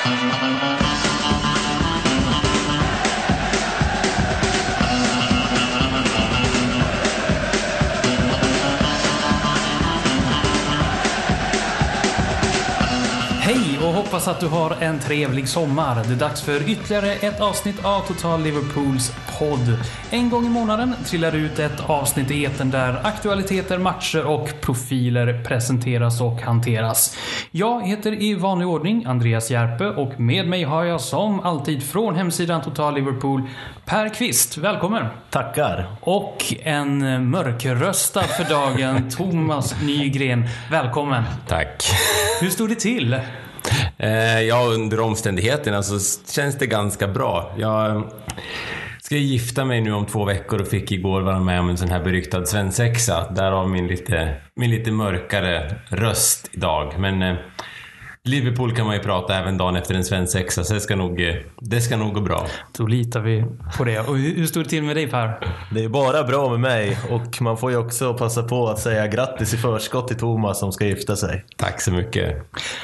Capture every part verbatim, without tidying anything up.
Hoppas att du har en trevlig sommar. Det är dags för ytterligare ett avsnitt av Total Liverpools podd. En gång i månaden trillar ut ett avsnitt i etern där aktualiteter, matcher och profiler presenteras och hanteras. Jag heter i vanlig ordning Andreas Järpe och med mig har jag som alltid från hemsidan Total Liverpool Per Kvist. Välkommen! Tackar! Och en mörkröstad för dagen Thomas Nygren. Välkommen! Tack! Hur stod det till? Eh, ja, under omständigheterna så känns det ganska bra. Jag ska gifta mig nu om två veckor och fick igår vara med om en sån här beryktad svensexa. Därav min lite, min lite mörkare röst idag. Men eh, Liverpool kan man ju prata även dagen efter en svensexa, så det ska nog, det ska nog gå bra. Då litar vi på det. Och hur står det till med dig, Per? Det är bara bra med mig, och man får ju också passa på att säga grattis i förskott till Thomas som ska gifta sig. Tack så mycket.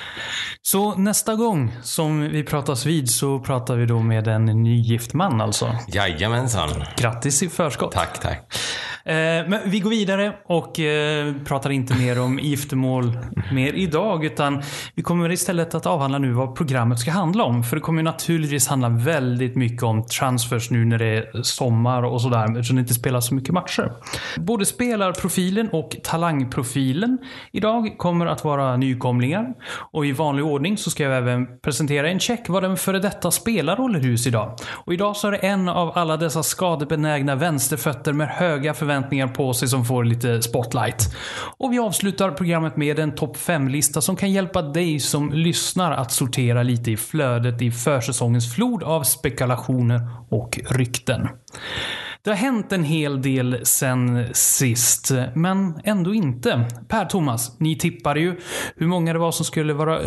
Så nästa gång som vi pratas vid så pratar vi då med en nygift man alltså. Jajamensan. Grattis i förskott. Tack, tack. Eh, men vi går vidare och eh, pratar inte mer om giftermål mer idag, utan vi kommer istället att avhandla nu vad programmet ska handla om. För det kommer naturligtvis handla väldigt mycket om transfers nu när det är sommar och sådär, eftersom det inte spelar så mycket matcher. Både spelarprofilen och talangprofilen idag kommer att vara nykomlingar, och i vanlig ordning så ska jag även presentera en check vad den före detta spelar håller hus idag. Och idag så är det en av alla dessa skadebenägna vänsterfötter med höga förväntningar på sig som får lite spotlight. Och vi avslutar programmet med en topp fem-lista som kan hjälpa dig som lyssnar att sortera lite i flödet i försäsongens flod av spekulationer och rykten. Det har hänt en hel del sen sist, men ändå inte. Per, Thomas, ni tippade ju hur många det var som skulle vara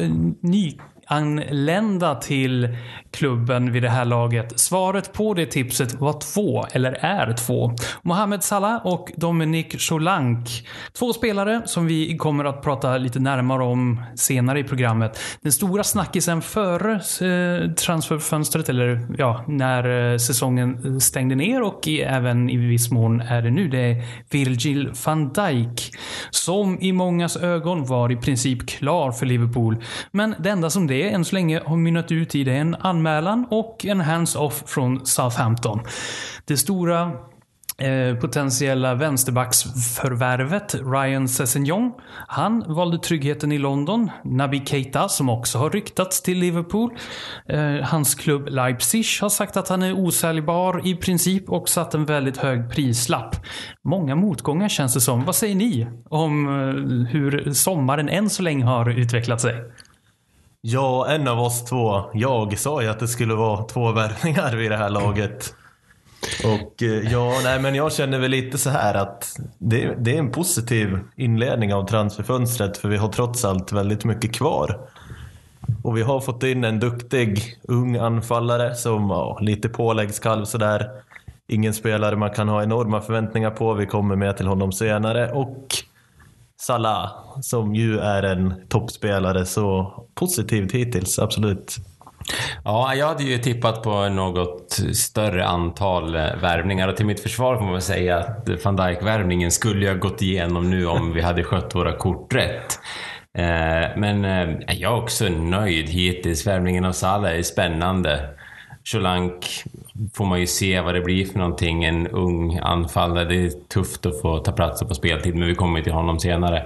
nyanlända till klubben vid det här laget. Svaret på det tipset var två, eller är två. Mohamed Salah och Dominic Solanke. Två spelare som vi kommer att prata lite närmare om senare i programmet. Den stora snackisen före eh, transferfönstret, eller ja, när eh, säsongen stängde ner, och i, även i viss mån är det nu, det är Virgil van Dijk som i mångas ögon var i princip klar för Liverpool. Men det enda som det än så länge har mynnat ut i det är en anmälan och en hands-off från Southampton. Det stora Eh, potentiella vänsterbacksförvärvet Ryan Sessegnon, han valde tryggheten i London. Naby Keita, som också har ryktats till Liverpool, eh, hans klubb Leipzig har sagt att han är osäljbar i princip och satt en väldigt hög prislapp. Många motgångar känns det som. Vad säger ni om eh, hur sommaren än så länge har utvecklat sig? Ja, en av oss två, jag sa ju att det skulle vara två värvningar vid det här laget. Och ja, nej, men jag känner väl lite så här att det, det är en positiv inledning av transferfönstret, för vi har trots allt väldigt mycket kvar. Och vi har fått in en duktig ung anfallare som ja, lite påläggskalv sådär. Ingen spelare man kan ha enorma förväntningar på, vi kommer med till honom senare. Och Salah, som ju är en toppspelare, så positivt hittills, absolut. Ja, jag hade ju tippat på något större antal värvningar, och till mitt försvar får man säga att Van Dijk-värvningen skulle ju ha gått igenom nu om vi hade skött våra kort rätt. Men jag är också nöjd hittills. Värvningen av Salah är spännande. Solanke får man ju se vad det blir för någonting. En ung anfallare. Det är tufft att få ta plats på speltid, men vi kommer till honom senare.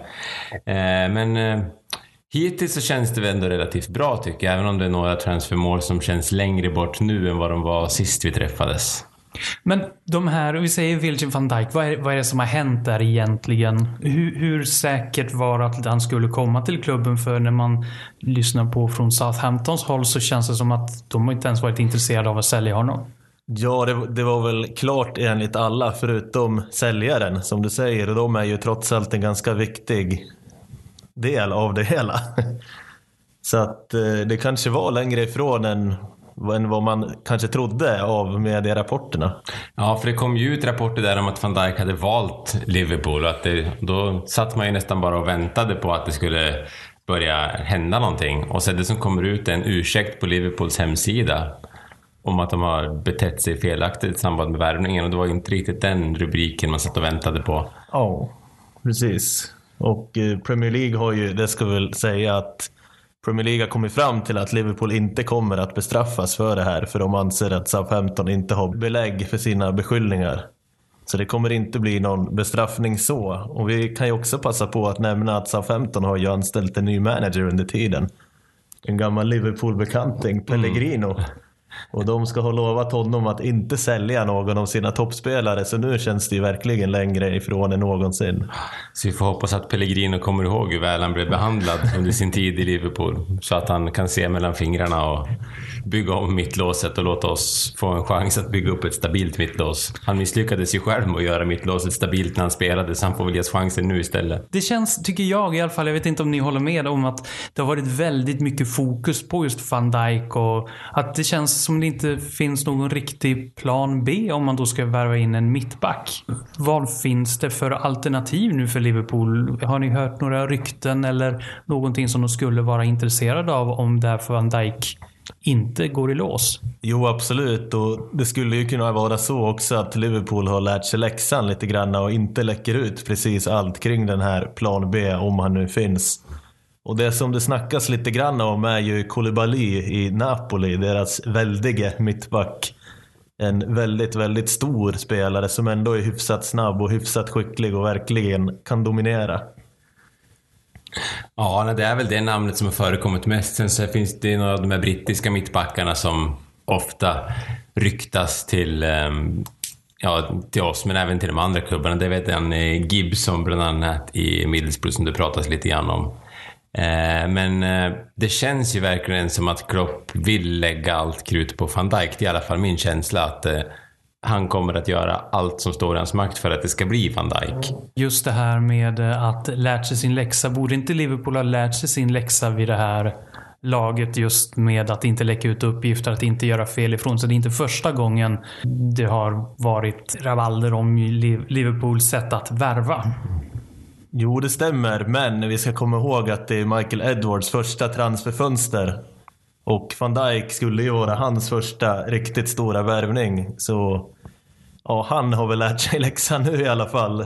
Men hittills så känns det väl ändå relativt bra, tycker jag. Även om det är några transfermål som känns längre bort nu än vad de var sist vi träffades. Men de här, vi säger Virgil van Dijk, vad är, vad är det som har hänt där egentligen? Hur, hur säkert var det att han skulle komma till klubben? För när man lyssnar på från Southamptons håll så känns det som att de inte ens varit intresserade av att sälja honom. Ja, det, det var väl klart enligt alla förutom säljaren, som du säger. Och de är ju trots allt en ganska viktig del av det hela. Så att eh, det kanske var längre ifrån än, än vad man kanske trodde av medierapporterna. Ja, för det kom ju ut rapporter där om att Van Dijk hade valt Liverpool, och att det, då satt man ju nästan bara och väntade på att det skulle börja hända någonting. Och sen det som kommer ut är en ursäkt på Liverpools hemsida om att de har betett sig felaktigt i samband med värvningen. Och det var ju inte riktigt den rubriken man satt och väntade på. Ja, precis. Och eh, Premier League har ju, det ska väl säga att Premier League har kommit fram till att Liverpool inte kommer att bestraffas för det här. För de anser att Southampton inte har belägg för sina beskyllningar. Så det kommer inte bli någon bestraffning så. Och vi kan ju också passa på att nämna att Southampton har ju anställt en ny manager under tiden. En gammal Liverpool-bekanting, Pellegrino. Mm. Och de ska ha lovat honom att inte sälja någon av sina toppspelare. Så nu känns det ju verkligen längre ifrån än någonsin. Så vi får hoppas att Pellegrino kommer ihåg hur väl han blev behandlad under sin tid i Liverpool. Så att han kan se mellan fingrarna och bygga om mittlåset och låta oss få en chans att bygga upp ett stabilt mittlås. Han misslyckades ju själv med att göra mittlåset stabilt när han spelade, så han får väl ges chansen nu istället. Det känns, tycker jag i alla fall, jag vet inte om ni håller med om att det har varit väldigt mycket fokus på just Van Dijk och att det känns som det inte finns någon riktig plan B om man då ska värva in en mittback. Vad finns det för alternativ nu för Liverpool? Har ni hört några rykten eller någonting som de skulle vara intresserade av om därför Van Dijk inte går i lås? Jo, absolut. Och det skulle ju kunna vara så också att Liverpool har lärt sig läxan lite grann och inte läcker ut precis allt kring den här plan B om han nu finns. Och det som det snackas lite grann om är ju Koulibaly i Napoli, deras väldige mittback. En väldigt, väldigt stor spelare som ändå är hyfsat snabb och hyfsat skicklig och verkligen kan dominera. Ja, det är väl det namnet som har förekommit mest. Sen så finns det några av de här brittiska mittbackarna som ofta ryktas till, ja, till oss, men även till de andra klubbarna. Det vet en Gibson bland annat i Middlesbrough som det pratas lite grann om. Men det känns ju verkligen som att Klopp vill lägga allt krut på Van Dijk. Det är i alla fall min känsla att han kommer att göra allt som står i hans makt för att det ska bli Van Dijk. Just det här med att lärt sig sin läxa. Borde inte Liverpool ha lärt sig sin läxa vid det här laget just med att inte läcka ut uppgifter, att inte göra fel ifrån sig? Det är inte första gången det har varit rabalder om Liverpools sätt att värva. Jo, det stämmer, men vi ska komma ihåg att det är Michael Edwards första transferfönster. Och Van Dijk skulle ju vara hans första riktigt stora värvning. Så ja, han har väl lärt sig läxan nu i alla fall.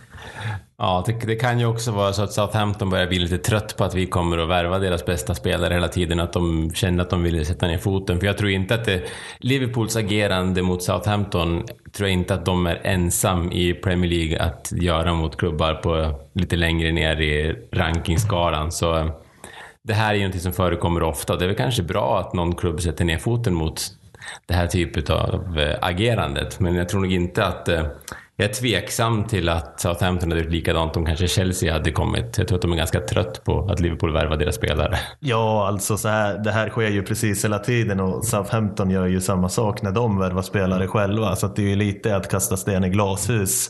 Ja, det, det kan ju också vara så att Southampton börjar bli lite trött på att vi kommer att värva deras bästa spelare hela tiden. Att de känner att de vill sätta ner foten. För jag tror inte att det, Liverpools agerande mot Southampton, tror jag inte att de är ensam i Premier League att göra mot klubbar på lite längre ner i rankingskaran. Så det här är ju något som förekommer ofta. Det är väl kanske bra att någon klubb sätter ner foten mot det här typet av agerandet. Men jag tror nog inte att... Jag är tveksam till att Southampton hade gjort likadant om kanske Chelsea hade kommit. Jag tror att de är ganska trött på att Liverpool värvar deras spelare. Ja, alltså så här, det här sker ju precis hela tiden och Southampton gör ju samma sak när de värvar spelare själva. Så att det är ju lite att kasta sten i glashus.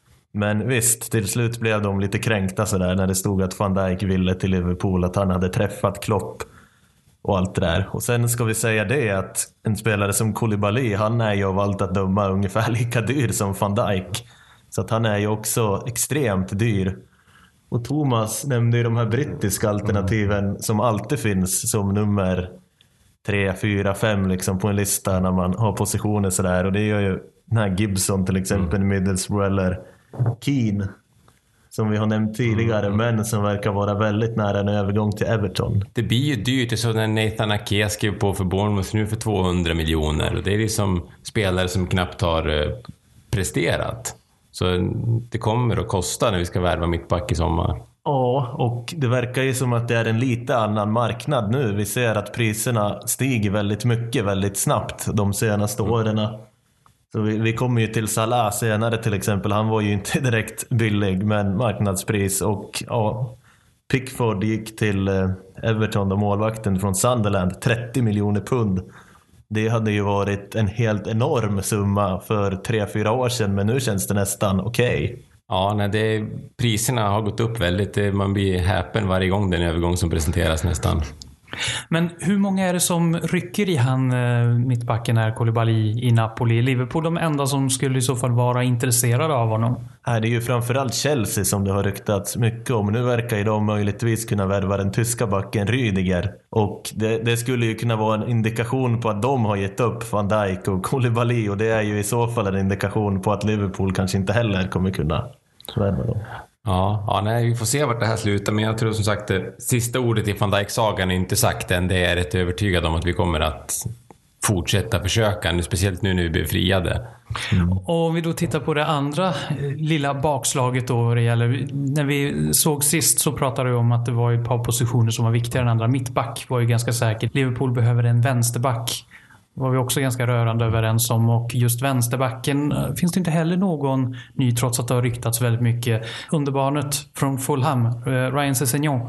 Men visst, till slut blev de lite kränkta så där när det stod att Van Dijk ville till Liverpool, att han hade träffat Klopp och allt det där. Och sen ska vi säga det att en spelare som Koulibaly, han är ju av allt att döma ungefär lika dyr som Van Dijk. Så att han är ju också extremt dyr. Och Thomas nämnde ju de här brittiska alternativen som alltid finns som nummer tre, fyra, fem liksom på en lista när man har positioner sådär. Och det gör ju den här Gibson till exempel i Middlesbrough eller Keane som vi har nämnt tidigare, mm. men som verkar vara väldigt nära en övergång till Everton. Det blir ju dyrt. Det är så när Nathan Ake skrev på för Bournemouth nu för tvåhundra miljoner. Och det är liksom spelare som knappt har presterat. Så det kommer att kosta när vi ska värva mittback i sommar. Ja, och det verkar ju som att det är en lite annan marknad nu. Vi ser att priserna stiger väldigt mycket, väldigt snabbt de senaste mm. åren. Så vi, vi kommer ju till Salah senare till exempel. Han var ju inte direkt billig, men marknadspris. Och ja, Pickford gick till eh, Everton och målvakten från Sunderland, trettio miljoner pund. Det hade ju varit en helt enorm summa för tre fyra år sedan, men nu känns det nästan okej. Okay. Ja, nej, det, priserna har gått upp väldigt. Man blir häpen varje gång den övergång som presenteras nästan. Men hur många är det som rycker i han mittbacken här, Koulibaly i Napoli? Liverpool de enda som skulle i så fall vara intresserade av honom? Nej, det är ju framförallt Chelsea som det har ryktats mycket om. Nu verkar ju de möjligtvis kunna värva den tyska backen Rüdiger. Och det, det skulle ju kunna vara en indikation på att de har gett upp Van Dijk och Koulibaly. Och det är ju i så fall en indikation på att Liverpool kanske inte heller kommer kunna värva dem. Ja, ja nej, vi får se vart det här slutar. Men jag tror som sagt det sista ordet i Van Dijk-sagan är inte sagt än. Det är rätt övertygad om att vi kommer att fortsätta försöka, speciellt nu när vi blir friade. Mm. Och om vi då tittar på det andra lilla bakslaget då, det gäller, när vi såg sist så pratade vi om att det var ett par positioner som var viktigare än andra. Mittback var ju ganska säkert. Liverpool behöver en vänsterback. Det var vi också ganska rörande överens om, och just vänsterbacken finns det inte heller någon ny, trots att det har ryktats väldigt mycket. Underbarnet från Fulham, Ryan Sessegnon,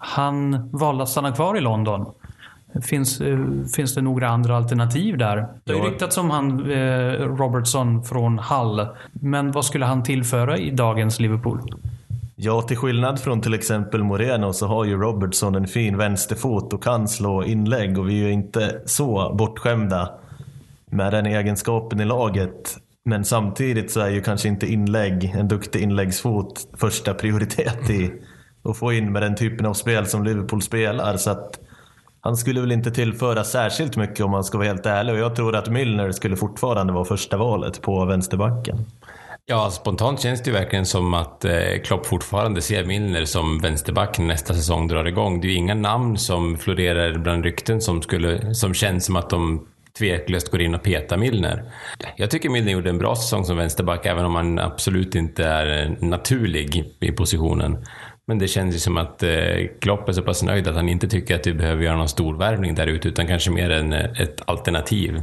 han valde att stanna kvar i London. Finns, finns det några andra alternativ där? Det har ryktats om han eh, Robertson från Hull. Men vad skulle han tillföra i dagens Liverpool? Ja, till skillnad från till exempel Moreno så har ju Robertson en fin vänsterfot och kan slå inlägg, och vi är ju inte så bortskämda med den egenskapen i laget. Men samtidigt så är ju kanske inte inlägg, en duktig inläggsfot, första prioritet i att få in med den typen av spel som Liverpool spelar. Så att han skulle väl inte tillföra särskilt mycket om man ska vara helt ärlig, och jag tror att Milner skulle fortfarande vara första valet på vänsterbacken. Ja, spontant känns det ju verkligen som att eh, Klopp fortfarande ser Milner som vänsterback nästa säsong drar igång. Det är ju inga namn som florerar bland rykten som, skulle, som känns som att de tveklöst går in och petar Milner. Jag tycker Milner gjorde en bra säsong som vänsterback, även om han absolut inte är naturlig i positionen. Men det känns ju som att eh, Klopp är så pass nöjd att han inte tycker att vi behöver göra någon stor värvning där ute, utan kanske mer en, ett alternativ.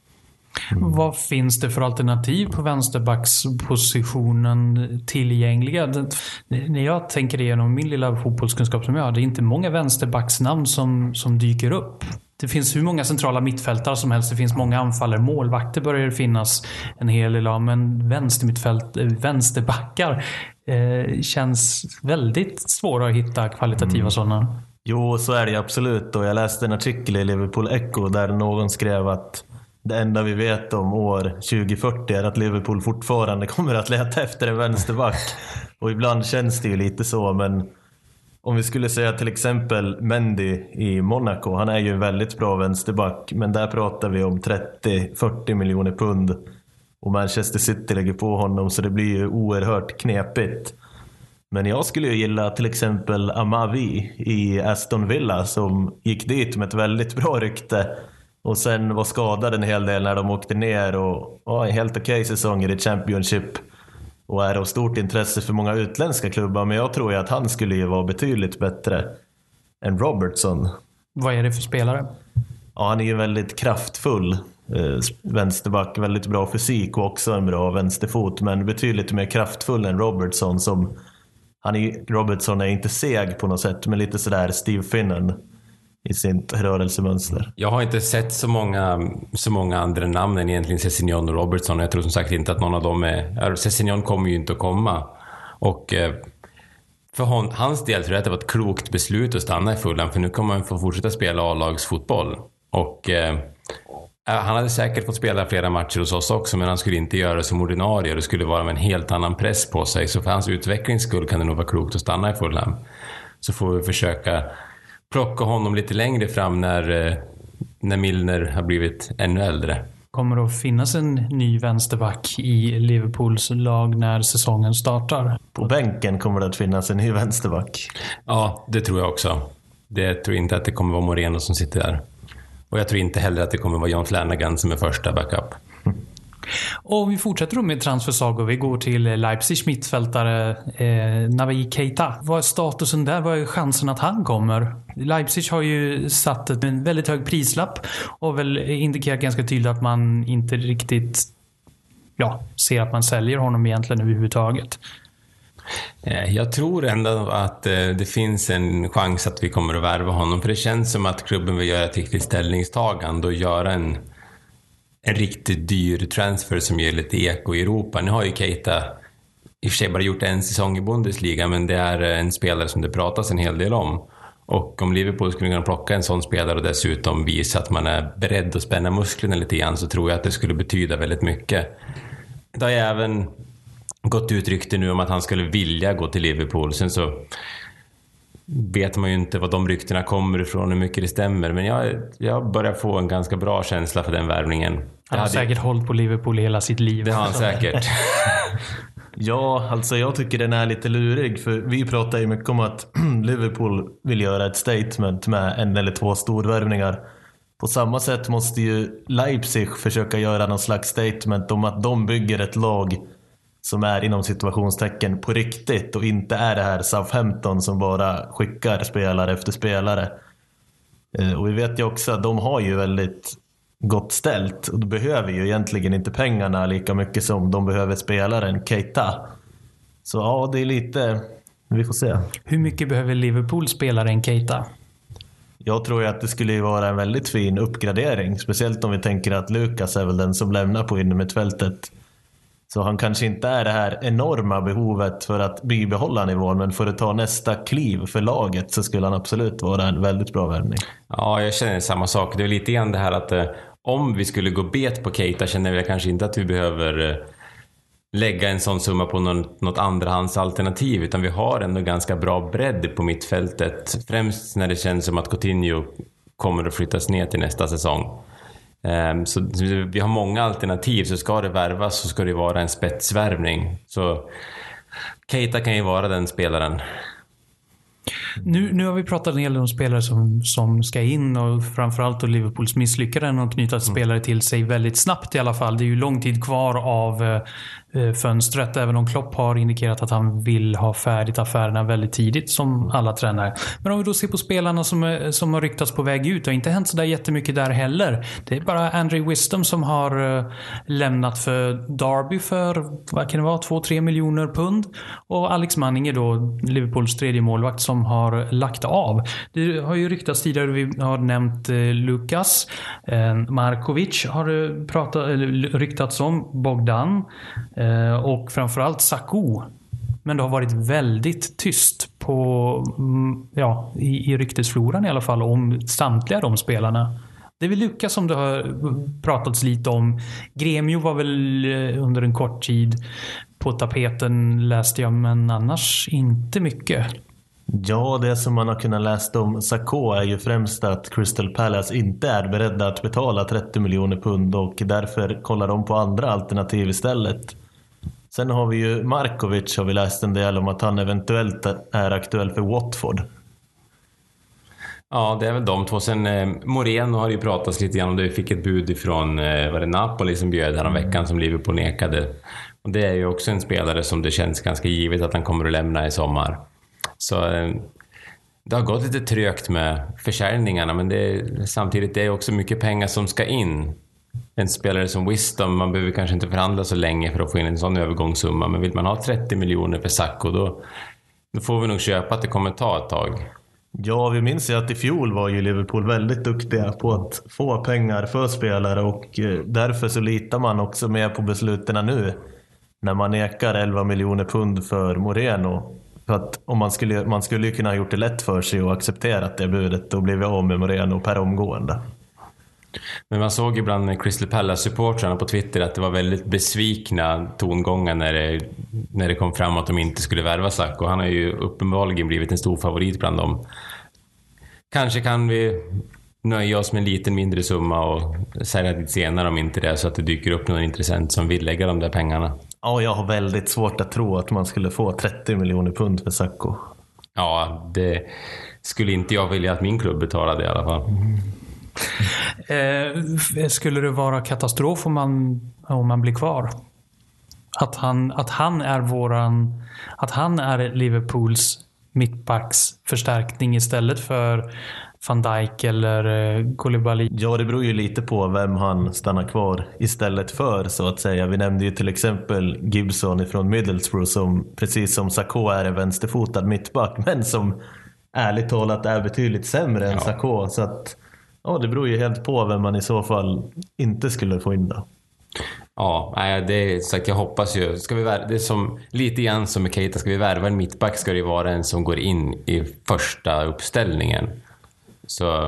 Mm. Vad finns det för alternativ på vänsterbackspositionen tillgängliga? Det, när jag tänker igenom min lilla fotbollskunskap som jag har, det är inte många vänsterbacksnamn som, som dyker upp. Det finns hur många centrala mittfältare som helst. Det finns många anfallare. Målvakter börjar det finnas en hel del av. Men vänstermittfält, vänsterbackar eh, känns väldigt svåra att hitta kvalitativa mm. sådana. Jo, så är det absolut. Och jag läste en artikel i Liverpool Echo där någon skrev att det enda vi vet om år tjugo fyrtio är att Liverpool fortfarande kommer att leta efter en vänsterback. Och ibland känns det ju lite så, men om vi skulle säga till exempel Mendy i Monaco, han är ju en väldigt bra vänsterback, men där pratar vi om trettio till fyrtio miljoner pund och Manchester City lägger på honom, så det blir ju oerhört knepigt. Men jag skulle ju gilla till exempel Amavi i Aston Villa som gick dit med ett väldigt bra rykte och sen var skadad en hel del när de åkte ner och ja, en helt okej säsonger i Championship och är av stort intresse för många utländska klubbar. Men jag tror ju att han skulle ju vara betydligt bättre än Robertson. Vad är det för spelare? Ja, han är ju väldigt kraftfull eh, vänsterback, väldigt bra fysik och också en bra vänsterfot, men betydligt mer kraftfull än Robertson. Som, han är, Robertson är inte seg på något sätt, men lite sådär Steve Finnan i sitt rörelsemönster. Jag har inte sett så många, så många andra namn än egentligen Sessegnon och Robertson. Jag tror som sagt inte att någon av dem är... Sessegnon kommer ju inte att komma. Och för hon, hans del tror jag att det var ett klokt beslut att stanna i Fulham, för nu kommer han få fortsätta spela A-lagsfotboll. Och eh, han hade säkert fått spela flera matcher hos oss också, men han skulle inte göra det som ordinarie. Det skulle vara med en helt annan press på sig. Så för hans utvecklings skull kan det nog vara klokt att stanna i Fulham. Så får vi försöka plocka honom lite längre fram när, när Milner har blivit ännu äldre. Kommer det att finnas en ny vänsterback i Liverpools lag när säsongen startar? På bänken kommer det att finnas en ny vänsterback. Ja, det tror jag också. Det tror inte att det kommer vara Moreno som sitter där. Och jag tror inte heller att det kommer vara John Flanagan som är första backup. Och vi fortsätter då med transfersagor. Vi går till Leipzigs mittfältare eh, Naby Keita. Vad är statusen där? Vad är chansen att han kommer? Leipzig har ju satt en väldigt hög prislapp och väl indikerat ganska tydligt att man inte riktigt ja, ser att man säljer honom egentligen överhuvudtaget. Jag tror ändå att det finns en chans att vi kommer att värva honom, för det känns som att klubben vill göra ett riktigt ställningstagande och göra en en riktigt dyr transfer som ger lite eko i Europa. Nu har ju Keita i och för sig bara gjort en säsong i Bundesliga, men det är en spelare som det pratas en hel del om. Och om Liverpool skulle kunna plocka en sån spelare och dessutom visa att man är beredd att spänna musklerna lite grann, så tror jag att det skulle betyda väldigt mycket. Det har ju även gått ut rykte nu om att han skulle vilja gå till Liverpool. Sen så vet man ju inte vad de ryktena kommer ifrån, hur mycket det stämmer. Men jag, jag börjar få en ganska bra känsla för den värvningen. Han har hade... säkert hållit på Liverpool hela sitt liv. Det har han säkert. Ja, alltså jag tycker den är lite lurig, för vi pratar ju mycket om att Liverpool vill göra ett statement med en eller två storvärvningar. På samma sätt måste ju Leipzig försöka göra någon slags statement om att de bygger ett lag som är inom situationstecken på riktigt och inte är det här Southampton som bara skickar spelare efter spelare. Och vi vet ju också att de har ju väldigt gott ställt och de behöver ju egentligen inte pengarna lika mycket som de behöver spelaren Keita. Så ja, det är lite, vi får se. Hur mycket behöver Liverpool spelaren Keita? Jag tror ju att det skulle vara en väldigt fin uppgradering, speciellt om vi tänker att Lucas är väl den som lämnar på innermittfältet. Så han kanske inte är det här enorma behovet för att bibehålla nivån, men för att ta nästa kliv för laget så skulle han absolut vara en väldigt bra värvning. Ja, jag känner samma sak. Det är lite grann det här att eh, om vi skulle gå bet på Keita känner jag kanske inte att vi behöver eh, lägga en sån summa på någon, något andrahandsalternativ, utan vi har ändå ganska bra bredd på mittfältet. Främst när det känns som att Coutinho kommer att flyttas ner till nästa säsong. Um, så vi har många alternativ, så ska det värvas så ska det vara en spetsvärvning. Så Keita kan ju vara den spelaren. Nu, nu har vi pratat en hel del om spelare som, som ska in, och framförallt då Liverpools misslyckanden och knyta mm. spelare till sig väldigt snabbt i alla fall. Det är ju lång tid kvar av eh, fönstret, även om Klopp har indikerat att han vill ha färdigt affärerna väldigt tidigt som alla tränare. Men om vi då ser på spelarna som, som har ryktats på väg ut, det har inte hänt så där jättemycket där heller. Det är bara Andrew Wisdom som har eh, lämnat för Derby för, vad kan det vara, två tre miljoner pund, och Alex Manning är då Liverpools tredje målvakt som har lagt av. Det har ju ryktats tidigare, vi har nämnt eh, Lucas, eh, Markovic har det pratat, eller ryktats om, Bogdan eh, och framförallt Sakho. Men det har varit väldigt tyst på mm, ja, i, i ryktesfloran i alla fall om samtliga de spelarna. Det är väl Lucas som det har pratats lite om. Gremio var väl eh, under en kort tid på tapeten, läste jag, men annars inte mycket. Ja, det som man har kunnat läsa om Sakho är ju främst att Crystal Palace inte är beredda att betala trettio miljoner pund och därför kollar de på andra alternativ istället. Sen har vi ju Markovic, har vi läst en del om att han eventuellt är aktuell för Watford. Ja, det är väl de två. Sen eh, Moreno har ju pratats lite grann om det. Vi fick ett bud ifrån eh, var det Napoli som bjöd här om veckan som Liverpool nekade. Och det är ju också en spelare som det känns ganska givet att han kommer att lämna i sommar. Så eh, det har gått lite trögt med försäljningarna, men det är, samtidigt det är också mycket pengar som ska in. En spelare som Wisdom, man behöver kanske inte förhandla så länge för att få in en sån övergångssumma, men vill man ha trettio miljoner för Sakho, då, då får vi nog köpa att det kommer ta ett tag. Ja, vi minns ju att i fjol var ju Liverpool väldigt duktiga på att få pengar för spelare, och därför så litar man också mer på besluten nu när man nekar elva miljoner pund för Moreno. För att om man skulle, man skulle ju kunna ha gjort det lätt för sig och accepterat det budet, då blev vi av med Moreno per omgående. Men man såg ju bland Crystal Palace-supportrarna på Twitter att det var väldigt besvikna tongångar när det, när det kom fram att de inte skulle värva Sakho. Han har ju uppenbarligen blivit en stor favorit bland dem. Kanske kan vi nöja oss med en liten mindre summa och sälja lite senare om inte det är så att det dyker upp någon intressent som vill lägga de där pengarna. Ja, jag har väldigt svårt att tro att man skulle få trettio miljoner pund för Sakho. Ja, det skulle inte jag vilja att min klubb betalade i alla fall. Mm. Eh, skulle det vara katastrof om man, om man blir kvar? Att han, att han är våran, att han är Liverpools mittbacksförstärkning istället för Van Dijk eller eh, Koulibaly? Ja, det beror ju lite på vem han stannar kvar istället för, så att säga. Vi nämnde ju till exempel Gibson från Middlesbrough som precis som Sakho är en vänsterfotad mittback, men som ärligt talat är betydligt sämre än ja. Sakho, så att ja, det beror ju helt på vem man i så fall inte skulle få in då. Ja, det är sagt, jag hoppas ju. Ska vi värva, det är som, lite grann som med Keita, ska vi värva en mittback ska det vara en som går in i första uppställningen. Så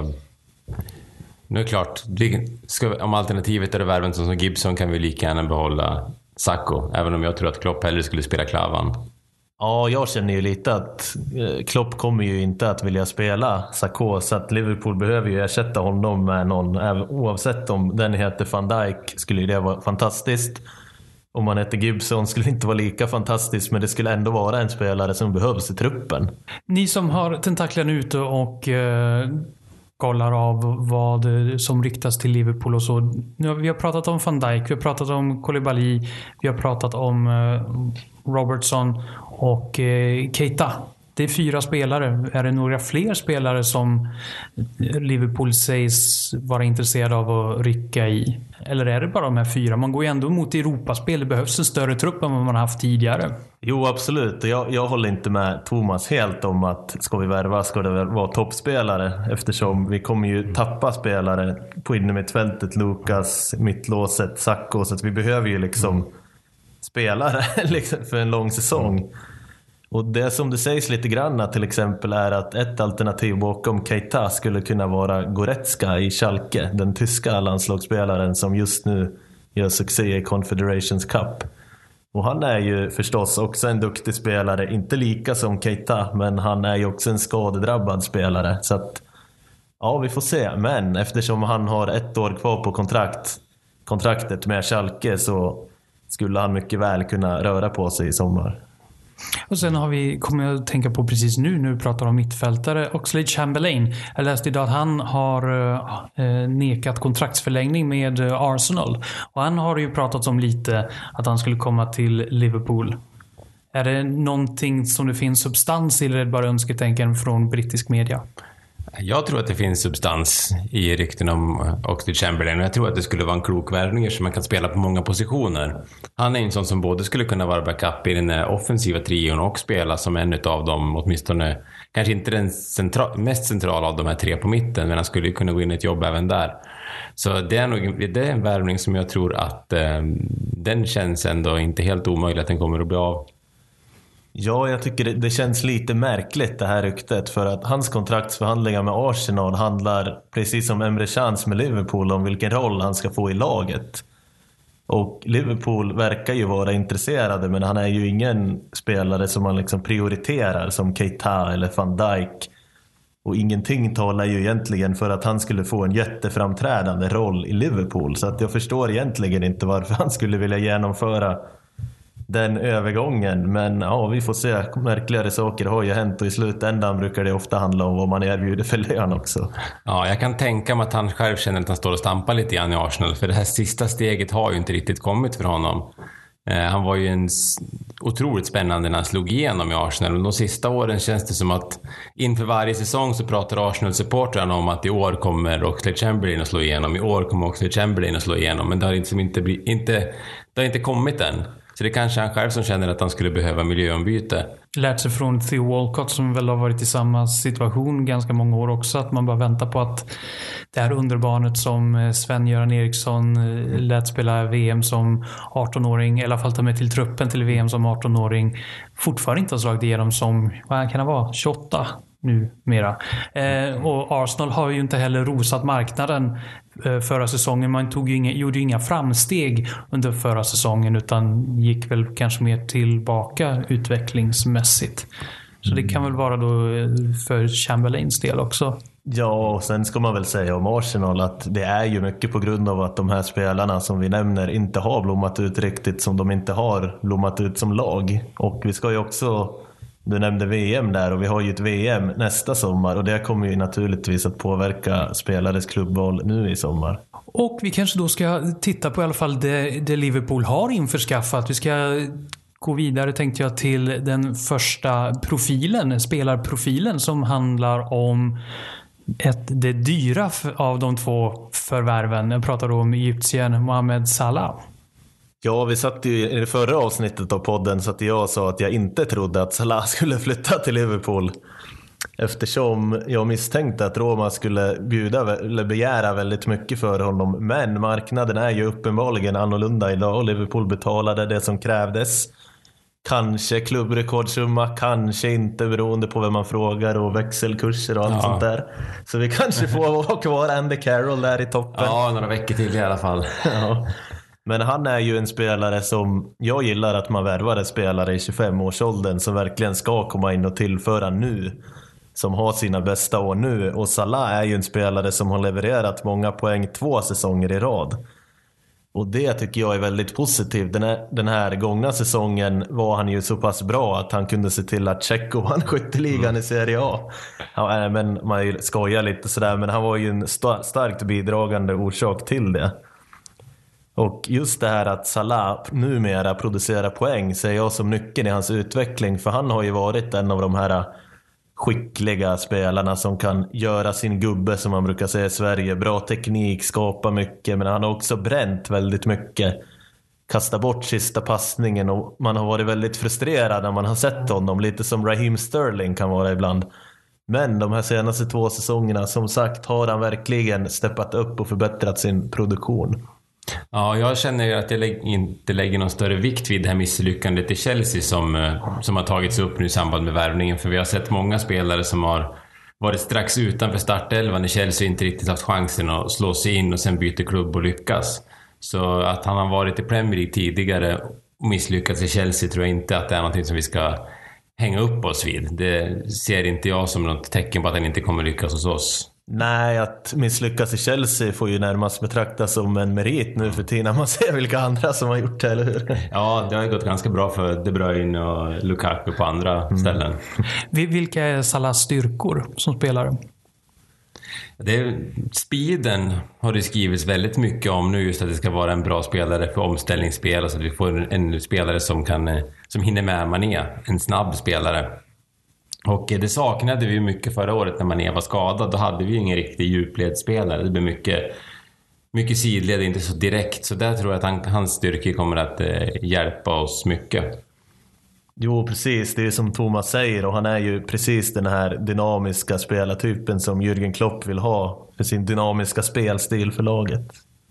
nu är det klart, ska, om alternativet är att värva en som Gibson kan vi lika gärna behålla Sakho, även om jag tror att Klopp hellre skulle spela Klavan. Ja, jag känner ju lite att Klopp kommer ju inte att vilja spela Sakho, så att Liverpool behöver ju ersätta honom med någon, oavsett om den heter Van Dijk skulle det vara fantastiskt. Om man heter Gibson skulle det inte vara lika fantastiskt, men det skulle ändå vara en spelare som behövs i truppen. Ni som har tentaklarna ute och eh, kollar av vad som ryktas till Liverpool och så. Nu har vi har pratat om Van Dijk, vi har pratat om Koulibaly, vi har pratat om eh, Robertson och eh, Keita. Det är fyra spelare. Är det några fler spelare som Liverpool sägs vara intresserade av att rycka i? Eller är det bara de här fyra? Man går ju ändå mot Europaspel. Det behövs en större trupp än vad man har haft tidigare. Jo, absolut. Jag, jag håller inte med Thomas helt om att ska vi värva ska det vara toppspelare. Eftersom vi kommer ju tappa spelare på innermittfältet. Lukas, mittlåset, Sakho. Så att vi behöver ju liksom spelare liksom för en lång säsong. Och det som det sägs lite grann till exempel är att ett alternativ bakom Keita skulle kunna vara Goretzka i Schalke, den tyska landslagsspelaren som just nu gör succé i Confederations Cup. Och han är ju förstås också en duktig spelare, inte lika som Keita, men han är ju också en skadedrabbad spelare. Så att, ja, vi får se. Men eftersom han har ett år kvar på kontrakt, kontraktet med Schalke, så skulle han mycket väl kunna röra på sig i sommar. Och sen har vi, kommer jag att tänka på precis nu, nu pratar om mittfältare, Oxlade-Chamberlain. Jag läste idag att han har eh, nekat kontraktsförlängning med Arsenal. Och han har ju pratat om lite att han skulle komma till Liverpool. Är det någonting som det finns substans i, eller är det bara önsketänken från brittisk media? Jag tror att det finns substans i rykten om Oxlade-Chamberlain, och jag tror att det skulle vara en klok värvning som man kan spela på många positioner. Han är en sån som både skulle kunna vara backup i den offensiva trion och spela som en av dem, åtminstone kanske inte den centra- mest centrala av de här tre på mitten, men han skulle kunna gå in i ett jobb även där. Så det är, nog, det är en värvning som jag tror att eh, den känns ändå inte helt omöjligt att den kommer att bli av. Ja, jag tycker det, det känns lite märkligt det här ryktet, för att hans kontraktsförhandlingar med Arsenal handlar precis som Emre Cans med Liverpool om vilken roll han ska få i laget. Och Liverpool verkar ju vara intresserade, men han är ju ingen spelare som man liksom prioriterar som Keita eller Van Dijk. Och ingenting talar ju egentligen för att han skulle få en jätteframträdande roll i Liverpool. Så att jag förstår egentligen inte varför han skulle vilja genomföra den övergången. Men ja, vi får se. Märkligare saker har ju hänt, och i slutändan brukar det ofta handla om vad man erbjuder för lön också. Ja, jag kan tänka mig att han själv känner att han står och stampar lite grann i Arsenal, för det här sista steget har ju inte riktigt kommit för honom. Eh, han var ju en otroligt spännande när han slog igenom i Arsenal, och de sista åren känns det som att inför varje säsong så pratar Arsenal-supportrarna om att i år kommer Oxlade-Chamberlain att slå igenom, i år kommer Oxlade-Chamberlain att slå igenom, men det har liksom inte, bli, inte, det har inte kommit än. Så det är kanske han själv som känner att han skulle behöva miljöombyte. Lärt sig från Theo Walcott som väl har varit i samma situation ganska många år också. Att man bara väntar på att det här underbarnet som Sven-Göran Eriksson lät spela V M som arton-åring, i alla fall ta med till truppen till V M som arton-åring, fortfarande inte har slagit igenom som, vad kan det vara, tjugoåtta nu mera. Eh, och Arsenal har ju inte heller rosat marknaden eh, förra säsongen. Man tog ju inga, gjorde ju inga framsteg under förra säsongen, utan gick väl kanske mer tillbaka utvecklingsmässigt. Så det kan väl vara då för Chamberlains del också. Ja, och sen ska man väl säga om Arsenal att det är ju mycket på grund av att de här spelarna som vi nämner inte har blommat ut riktigt som de inte har blommat ut som lag. Och vi ska ju också, du nämnde V M där, och vi har ju ett V M nästa sommar, och det kommer ju naturligtvis att påverka spelares klubbval nu i sommar. Och vi kanske då ska titta på i alla fall det, det Liverpool har införskaffat. Vi ska gå vidare, tänkte jag, till den första profilen, spelarprofilen, som handlar om ett, det dyra av de två förvärven. Jag pratar då om egyptien Mohamed Salah. Ja, vi satt ju i det förra avsnittet av podden så att jag sa att jag inte trodde att Salah skulle flytta till Liverpool. Eftersom jag misstänkte att Roma skulle bjuda eller begära väldigt mycket för honom. Men marknaden är ju uppenbarligen annorlunda idag och Liverpool betalade det som krävdes. Kanske klubbrekordsumma, kanske inte, beroende på vem man frågar och växelkurser och allt ja. sånt där. Så vi kanske får vara kvar Andy Carroll där i toppen. Ja, några veckor till i alla fall. Ja. Men han är ju en spelare som jag gillar att man värvar en spelare i tjugofem-årsåldern som verkligen ska komma in och tillföra nu. Som har sina bästa år nu. Och Salah är ju en spelare som har levererat många poäng två säsonger i rad. Och det tycker jag är väldigt positivt. Den här, den här gångna säsongen var han ju så pass bra att han kunde se till att Tjecko vann skytteligan mm. i Serie A. Ja, men man skojar lite sådär, men han var ju en st- starkt bidragande orsak till det. Och just det här att Salah numera producerar poäng ser jag som nyckeln i hans utveckling. För han har ju varit en av de här skickliga spelarna som kan göra sin gubbe, som man brukar säga i Sverige. Bra teknik, skapa mycket, men han har också bränt väldigt mycket. Kastat bort sista passningen och man har varit väldigt frustrerad när man har sett honom. Lite som Raheem Sterling kan vara ibland. Men de här senaste två säsongerna, som sagt, har han verkligen steppat upp och förbättrat sin produktion. Ja, jag känner att jag inte lägger någon större vikt vid det här misslyckandet i Chelsea som, som har tagits upp nu i samband med värvningen. För vi har sett många spelare som har varit strax utanför startelvan när Chelsea inte riktigt haft chansen att slå sig in och sen byta klubb och lyckas. Så att han har varit i Premier League tidigare och misslyckats i Chelsea tror jag inte att det är något som vi ska hänga upp oss vid. Det ser inte jag som något tecken på att han inte kommer lyckas hos oss. Nej, att misslyckas i Chelsea får ju närmast betraktas som en merit nu för tiden. Man ser vilka andra som har gjort det, eller hur? Ja, det har gått ganska bra för De Bruyne och Lukaku på andra mm. ställen. Vilka är Salahs styrkor som spelare? Det är, speeden har det skrivits väldigt mycket om nu, just att det ska vara en bra spelare för omställningsspel, så att vi får en, en spelare som, kan, som hinner med Mané, en snabb spelare. Och det saknade vi mycket förra året när Mané var skadad. Då hade vi ingen riktig djupledsspelare. Det blev mycket, mycket sidled, inte så direkt. Så där tror jag att han, hans styrka kommer att eh, hjälpa oss mycket. Jo, precis. Det är som Thomas säger. Och han är ju precis den här dynamiska spelartypen som Jürgen Klopp vill ha för sin dynamiska spelstil för laget.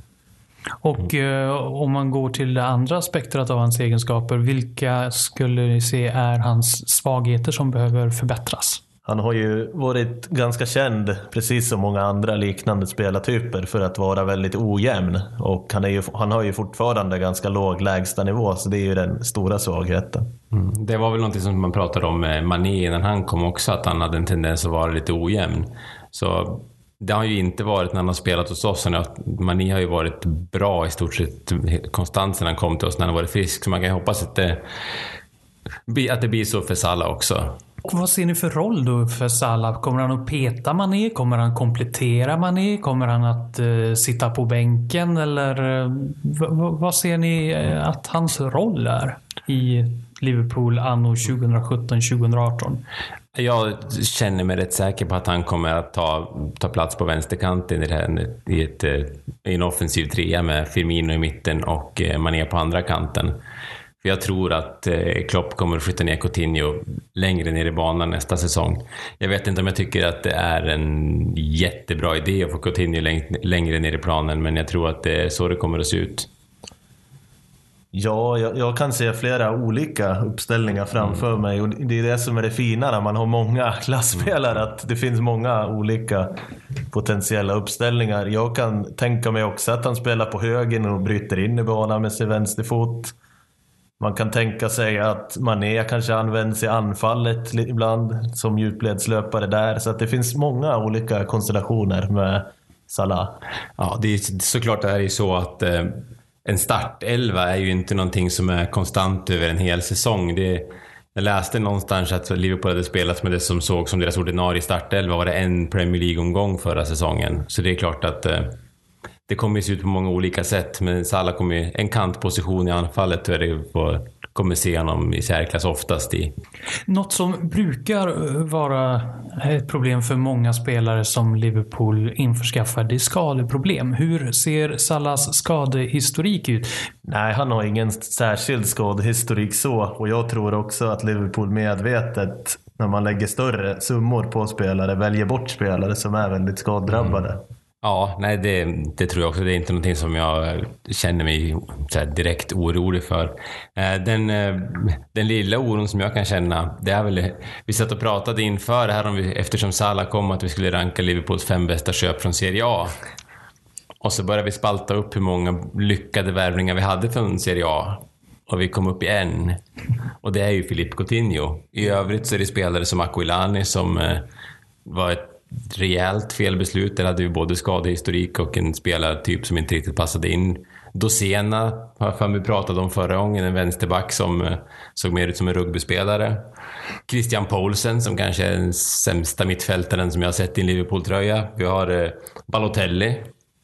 Och eh, om man går till det andra spektrat av hans egenskaper, vilka skulle ni se är hans svagheter som behöver förbättras? Han har ju varit ganska känd, precis som många andra liknande spelartyper, för att vara väldigt ojämn. Och han, är ju, han har ju fortfarande ganska låg lägsta nivå, så det är ju den stora svagheten. Mm. Det var väl något som man pratade om med Mané när han kom också, att han hade en tendens att vara lite ojämn. Så det har ju inte varit när han har spelat hos oss. Mané har ju varit bra i stort sett konstant sedan han kom till oss när han varit frisk. Så man kan ju hoppas att det, att det blir så för Salah också. Vad ser ni för roll då för Salah? Kommer han att peta Mané? Kommer han komplettera Mané? Kommer han att uh, sitta på bänken? Eller uh, v- v- vad ser ni uh, att hans roll är i Liverpool anno tjugosjutton tjugoarton? Jag känner mig rätt säker på att han kommer att ta, ta plats på vänsterkanten i, det här, i, ett, i en offensiv trea med Firmino i mitten och Mané på andra kanten. För jag tror att Klopp kommer att flytta ner Coutinho längre ner i banan nästa säsong. Jag vet inte om jag tycker att det är en jättebra idé att få Coutinho längre ner i planen, men jag tror att det är så det kommer att se ut. Ja, jag, jag kan se flera olika uppställningar framför mm. mig, och det är det som är det fina när man har många klassspelare, att det finns många olika potentiella uppställningar. Jag kan tänka mig också att han spelar på högen och bryter in i banan med sin vänsterfot. Man kan tänka sig att Mané kanske används i anfallet ibland som djupledslöpare där, så att det finns många olika konstellationer med Salah. Ja, det är såklart, det är ju så att eh... en startelva är ju inte någonting som är konstant över en hel säsong. Det, jag läste någonstans att Liverpool hade spelat med det som såg som deras ordinarie startelva var det en Premier League-omgång förra säsongen. Så det är klart att eh, det kommer se ut på många olika sätt. Men Salah kommer ju en kantposition i anfallet och det på, kommer se honom i särklass oftast i. Något som brukar vara ett problem för många spelare som Liverpool införskaffar, det är skadeproblem. Hur ser Salahs skadehistorik ut? Nej, han har ingen särskild skadehistorik så. Och jag tror också att Liverpool medvetet, när man lägger större summor på spelare, väljer bort spelare som är väldigt skadedrabbade. Mm. Ja, nej det, det tror jag också. Det är inte någonting som jag känner mig så här, direkt orolig för. Den, den lilla oron som jag kan känna, det är väl, vi satt och pratade inför det här om vi, eftersom Salah kom, att vi skulle ranka Liverpools fem bästa köp från Serie A. Och så började vi spalta upp hur många lyckade värvningar vi hade från Serie A. Och vi kom upp i en. Och det är ju Philippe Coutinho. I övrigt så är det spelare som Aquilani som eh, var ett rejält felbeslut. Där hade vi både skadehistorik och en spelartyp som inte riktigt passade in. Dosena har för mig pratat om förra gången. En vänsterback som eh, såg mer ut som en rugbyspelare. Christian Poulsen som kanske är den sämsta mittfältaren som jag har sett i en Liverpool-tröja. Vi har eh, Balotelli.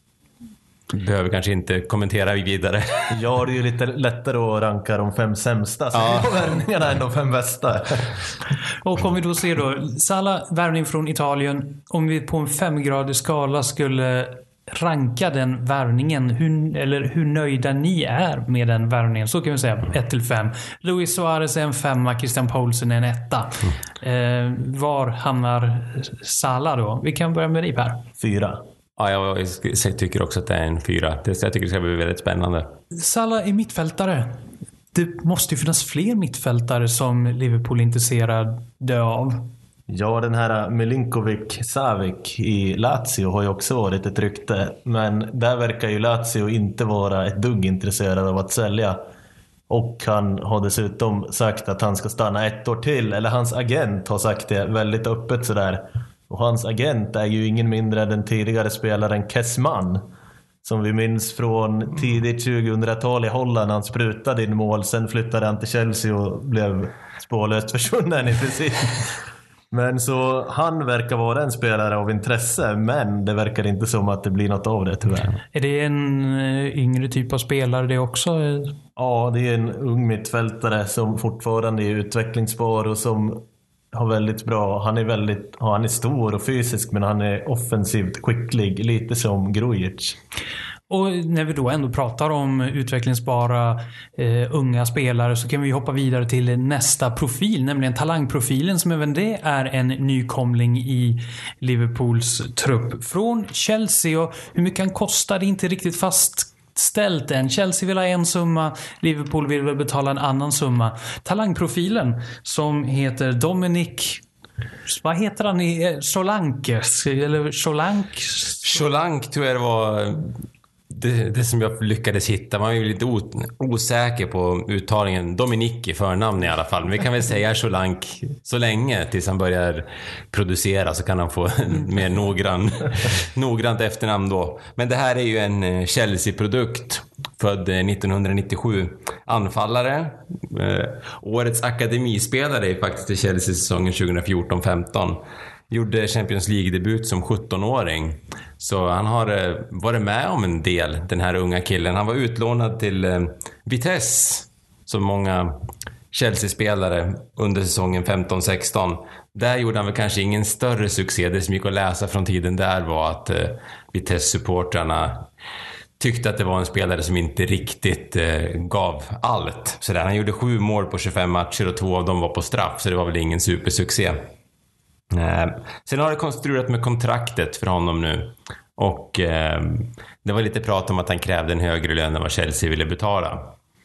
Behöver kanske inte kommentera vidare. Ja, det är ju lite lättare att ranka de fem sämsta. Så ja. Värvningarna än de fem bästa. Och om vi då ser då Salah, värvning från Italien. Om vi på en femgradig skala skulle ranka den värvningen, hur, eller hur nöjda ni är med den värvningen, så kan vi säga ett till fem. Luis Suarez är en femma, Christian Poulsen är en etta. Mm. Eh, var hamnar Salah då? Vi kan börja med dig, Per. Fyra. Ja, jag, jag tycker också att det är en fyra. Det, jag tycker det ska bli väldigt spännande. Salah är mittfältare. Det måste ju finnas fler mittfältare som Liverpool är intresserade av. Ja, den här Milinkovic-Savic i Lazio har ju också varit ett rykte. Men där verkar ju Lazio inte vara ett dugg intresserad av att sälja. Och han har dessutom sagt att han ska stanna ett år till. Eller hans agent har sagt det väldigt öppet sådär. Och hans agent är ju ingen mindre än den tidigare spelaren Kesman, som vi minns från tidigt tjugohundratal i Holland. Han sprutade in mål, sen flyttade han till Chelsea och blev spårlöst försvunnen i princip. Men så han verkar vara en spelare av intresse, men det verkar inte som att det blir något av det tyvärr. Är det en yngre typ av spelare det också? Ja, det är en ung mittfältare som fortfarande är utvecklingsbar och som har väldigt bra, han är väldigt, ja, han är stor och fysisk, men han är offensivt skicklig, lite som Grujic. Och när vi då ändå pratar om utvecklingsbara eh, unga spelare, så kan vi hoppa vidare till nästa profil, nämligen talangprofilen, som även det är en nykomling i Liverpools trupp från Chelsea. Och hur mycket han kostar, det är inte riktigt fast ställt än. Chelsea vill ha en summa, Liverpool vill väl betala en annan summa. Talangprofilen som heter Dominic, vad heter han i Solanke eller Solank? Solank tror jag det var det, det som jag lyckades hitta. Man är ju lite osäker på uttalningen. Dominic i förnamn i alla fall. Men vi kan väl säga Solank så länge tills han börjar producera, så kan han få en mer noggrann, noggrant efternamn då. Men det här är ju en Chelsea-produkt, född nittonhundranittiosju. Anfallare. Eh, årets akademispelare är faktiskt i Chelsea-säsongen tjugofjorton femton. Gjorde Champions League-debut som sjuttonåring. Så han har varit med om en del, den här unga killen. Han var utlånad till eh, Vitesse, som många Chelsea-spelare under säsongen femton sexton. Där gjorde han väl kanske ingen större succé. Det som gick att läsa från tiden där var att eh, Vitesse-supportrarna tyckte att det var en spelare som inte riktigt eh, gav allt. Så där, han gjorde sju mål på tjugofem matcher och två av dem var på straff, så det var väl ingen supersuccé. Eh, sen har det konstruerat med kontraktet för honom nu. Och eh, det var lite prat om att han krävde en högre lön än vad Chelsea ville betala.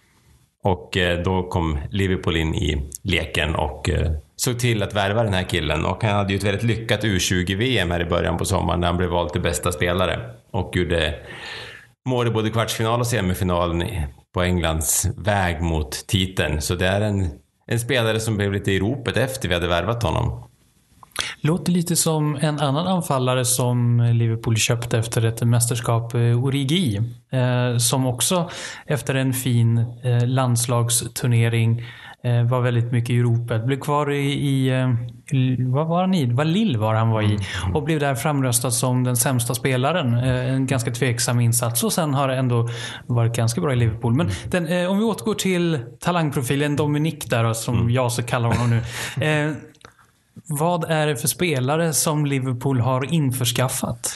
Och eh, då kom Liverpool in i leken och eh, såg till att värva den här killen. Och han hade ju ett väldigt lyckat U tjugo-V M här i början på sommaren, när han blev vald till bästa spelare. Och gjorde mål i både kvartsfinal och semifinalen på Englands väg mot titeln. Så det är en, en spelare som blev lite i ropet efter vi hade värvat honom. Låter lite som en annan anfallare som Liverpool köpte efter ett mästerskap, Origi, eh, som också efter en fin eh, landslagsturnering eh, var väldigt mycket i ropet. Blev kvar i, i eh, vad var han i? Vad Lille var han var i, och blev där framröstad som den sämsta spelaren. Eh, en ganska tveksam insats, och sen har det ändå varit ganska bra i Liverpool. Men den, eh, om vi återgår till talangprofilen Dominic där, som mm. jag så kallar honom nu. Eh, Vad är det för spelare som Liverpool har införskaffat?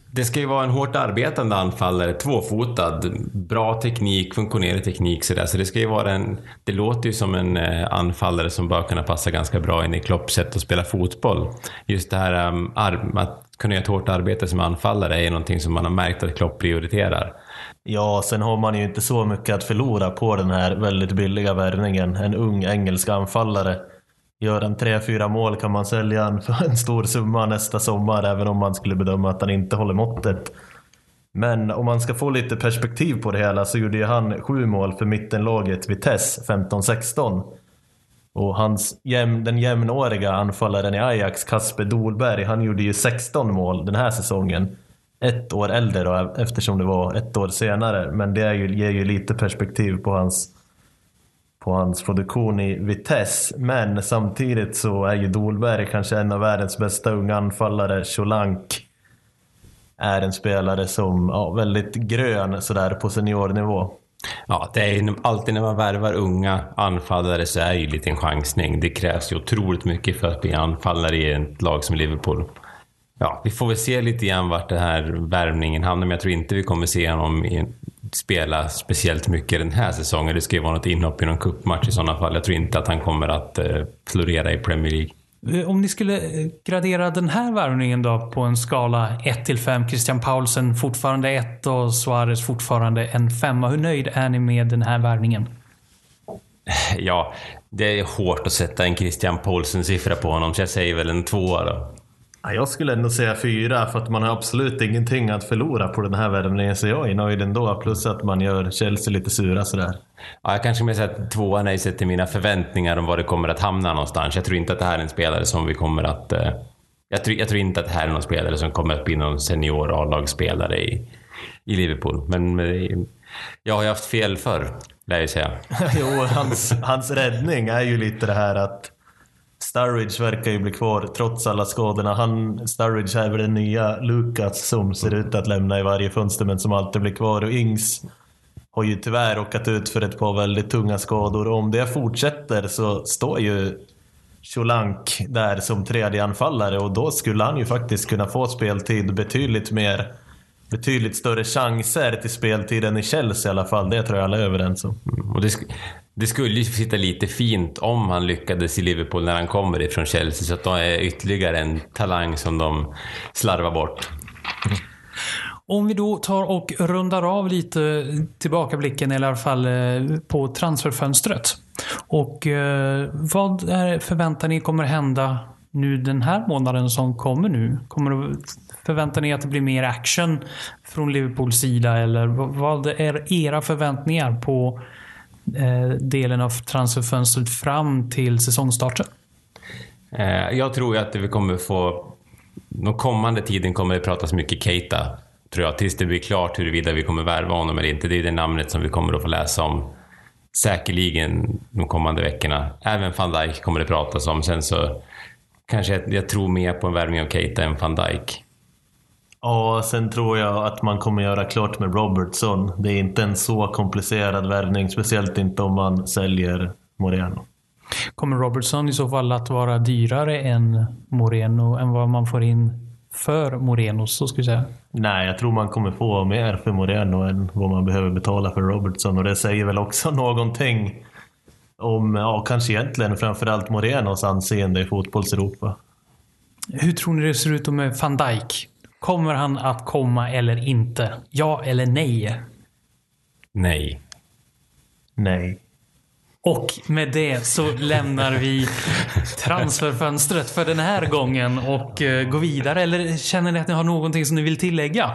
Det ska ju vara en hårt arbetande anfallare, tvåfotad, bra teknik, funktionerande teknik så där. Så det ska ju vara en, det låter ju som en anfallare som bör kunna passa ganska bra in i Klopps sätt att spela fotboll. Just det här um, att kunna göra ett hårt arbete som anfallare är någonting som man har märkt att Klopp prioriterar. Ja, sen har man ju inte så mycket att förlora på den här väldigt billiga värvningen. En ung engelsk anfallare. Gör en tre fyra mål kan man sälja en för en stor summa nästa sommar, även om man skulle bedöma att han inte håller måttet. Men om man ska få lite perspektiv på det hela så gjorde ju han sju mål för mittenlaget Vitesse femton sexton. Och hans jäm, den jämnåriga anfallaren i Ajax, Kasper Dolberg, han gjorde ju sexton mål den här säsongen. Ett år äldre då, eftersom det var ett år senare. Men det är ju, ger ju lite perspektiv på hans på hans produktion i Vitesse. Men samtidigt så är ju Dolberg kanske en av världens bästa unga anfallare. Solanke är en spelare som ja, väldigt grön sådär på seniornivå. Ja, det är ju alltid när man värvar unga anfallare så är det ju lite en chansning. Det krävs ju otroligt mycket för att bli anfallare i ett lag som Liverpool. Ja, vi får väl se lite grann vart den här värvningen hamnar, men jag tror inte vi kommer se honom i spela speciellt mycket den här säsongen. Det ska ju vara något inhopp i någon cupmatch i sådana fall. Jag tror inte att han kommer att eh, florera i Premier League. Om ni skulle gradera den här värvningen då på en skala ett till fem, Christian Paulsen fortfarande ett och Suarez fortfarande en femma. Hur nöjd är ni med den här värvningen? Ja, det är hårt att sätta en Christian Paulsen-siffra på honom, så jag säger väl en tvåa då. Jag skulle ändå säga fyra, för att man har absolut ingenting att förlora på den här värvningen, så jag är nöjd ändå, plus att man gör Chelsea lite sura sådär. Ja, jag kanske mer säga att tvåan är sett till mina förväntningar om var det kommer att hamna någonstans. Jag tror inte att det här är en spelare som vi kommer att... Eh, jag, tror, jag tror inte att det här är någon spelare som kommer att bli någon senior A-lagsspelare i, i Liverpool. Men eh, jag har ju haft fel förr, lär jag säga. Jo, hans, hans räddning är ju lite det här att Sturridge verkar ju bli kvar trots alla skadorna. Han, Sturridge är väl den nya Lucas som ser ut att lämna i varje fönster men som alltid blir kvar. Och Ings har ju tyvärr råkat ut för ett par väldigt tunga skador. Och om det fortsätter så står ju Solanke där som tredje anfallare. Och då skulle han ju faktiskt kunna få speltid betydligt mer, betydligt större chanser till speltiden i Chelsea i alla fall. Det tror jag alla är överens om. Mm, och det, sk- det skulle ju sitta lite fint om han lyckades i Liverpool när han kommer ifrån Chelsea. Så att det är ytterligare en talang som de slarvar bort. Om vi då tar och rundar av lite tillbakablicken, eller i alla fall på transferfönstret. Och eh, vad är förväntar ni kommer hända nu den här månaden som kommer nu? Kommer det, förväntar ni att det blir mer action från Liverpools sida, eller vad är era förväntningar på eh, delen av transferfönstret fram till säsongstarten? Eh, jag tror att vi kommer få, de kommande tiden kommer det pratas mycket Keita, tror jag, tills det blir klart huruvida vi kommer värva honom eller inte. Det är det namnet som vi kommer att få läsa om säkerligen de kommande veckorna. Även Van Dijk kommer det pratas om. Sen så kanske jag, jag tror mer på en värvning av Keita än Van Dijk. Ja, sen tror jag att man kommer göra klart med Robertson. Det är inte en så komplicerad värvning, speciellt inte om man säljer Moreno. Kommer Robertson i så fall att vara dyrare än Moreno, än vad man får in för Moreno, så skulle jag säga? Nej, jag tror man kommer få mer för Moreno än vad man behöver betala för Robertson. Och det säger väl också någonting om, ja, kanske egentligen framförallt Morenos anseende i fotbollseuropa. Hur tror ni det ser ut med Van Dijk? Kommer han att komma eller inte? Ja eller nej? Nej. Nej. Och med det så lämnar vi transferfönstret för den här gången och uh, går vidare. Eller känner ni att ni har någonting som ni vill tillägga?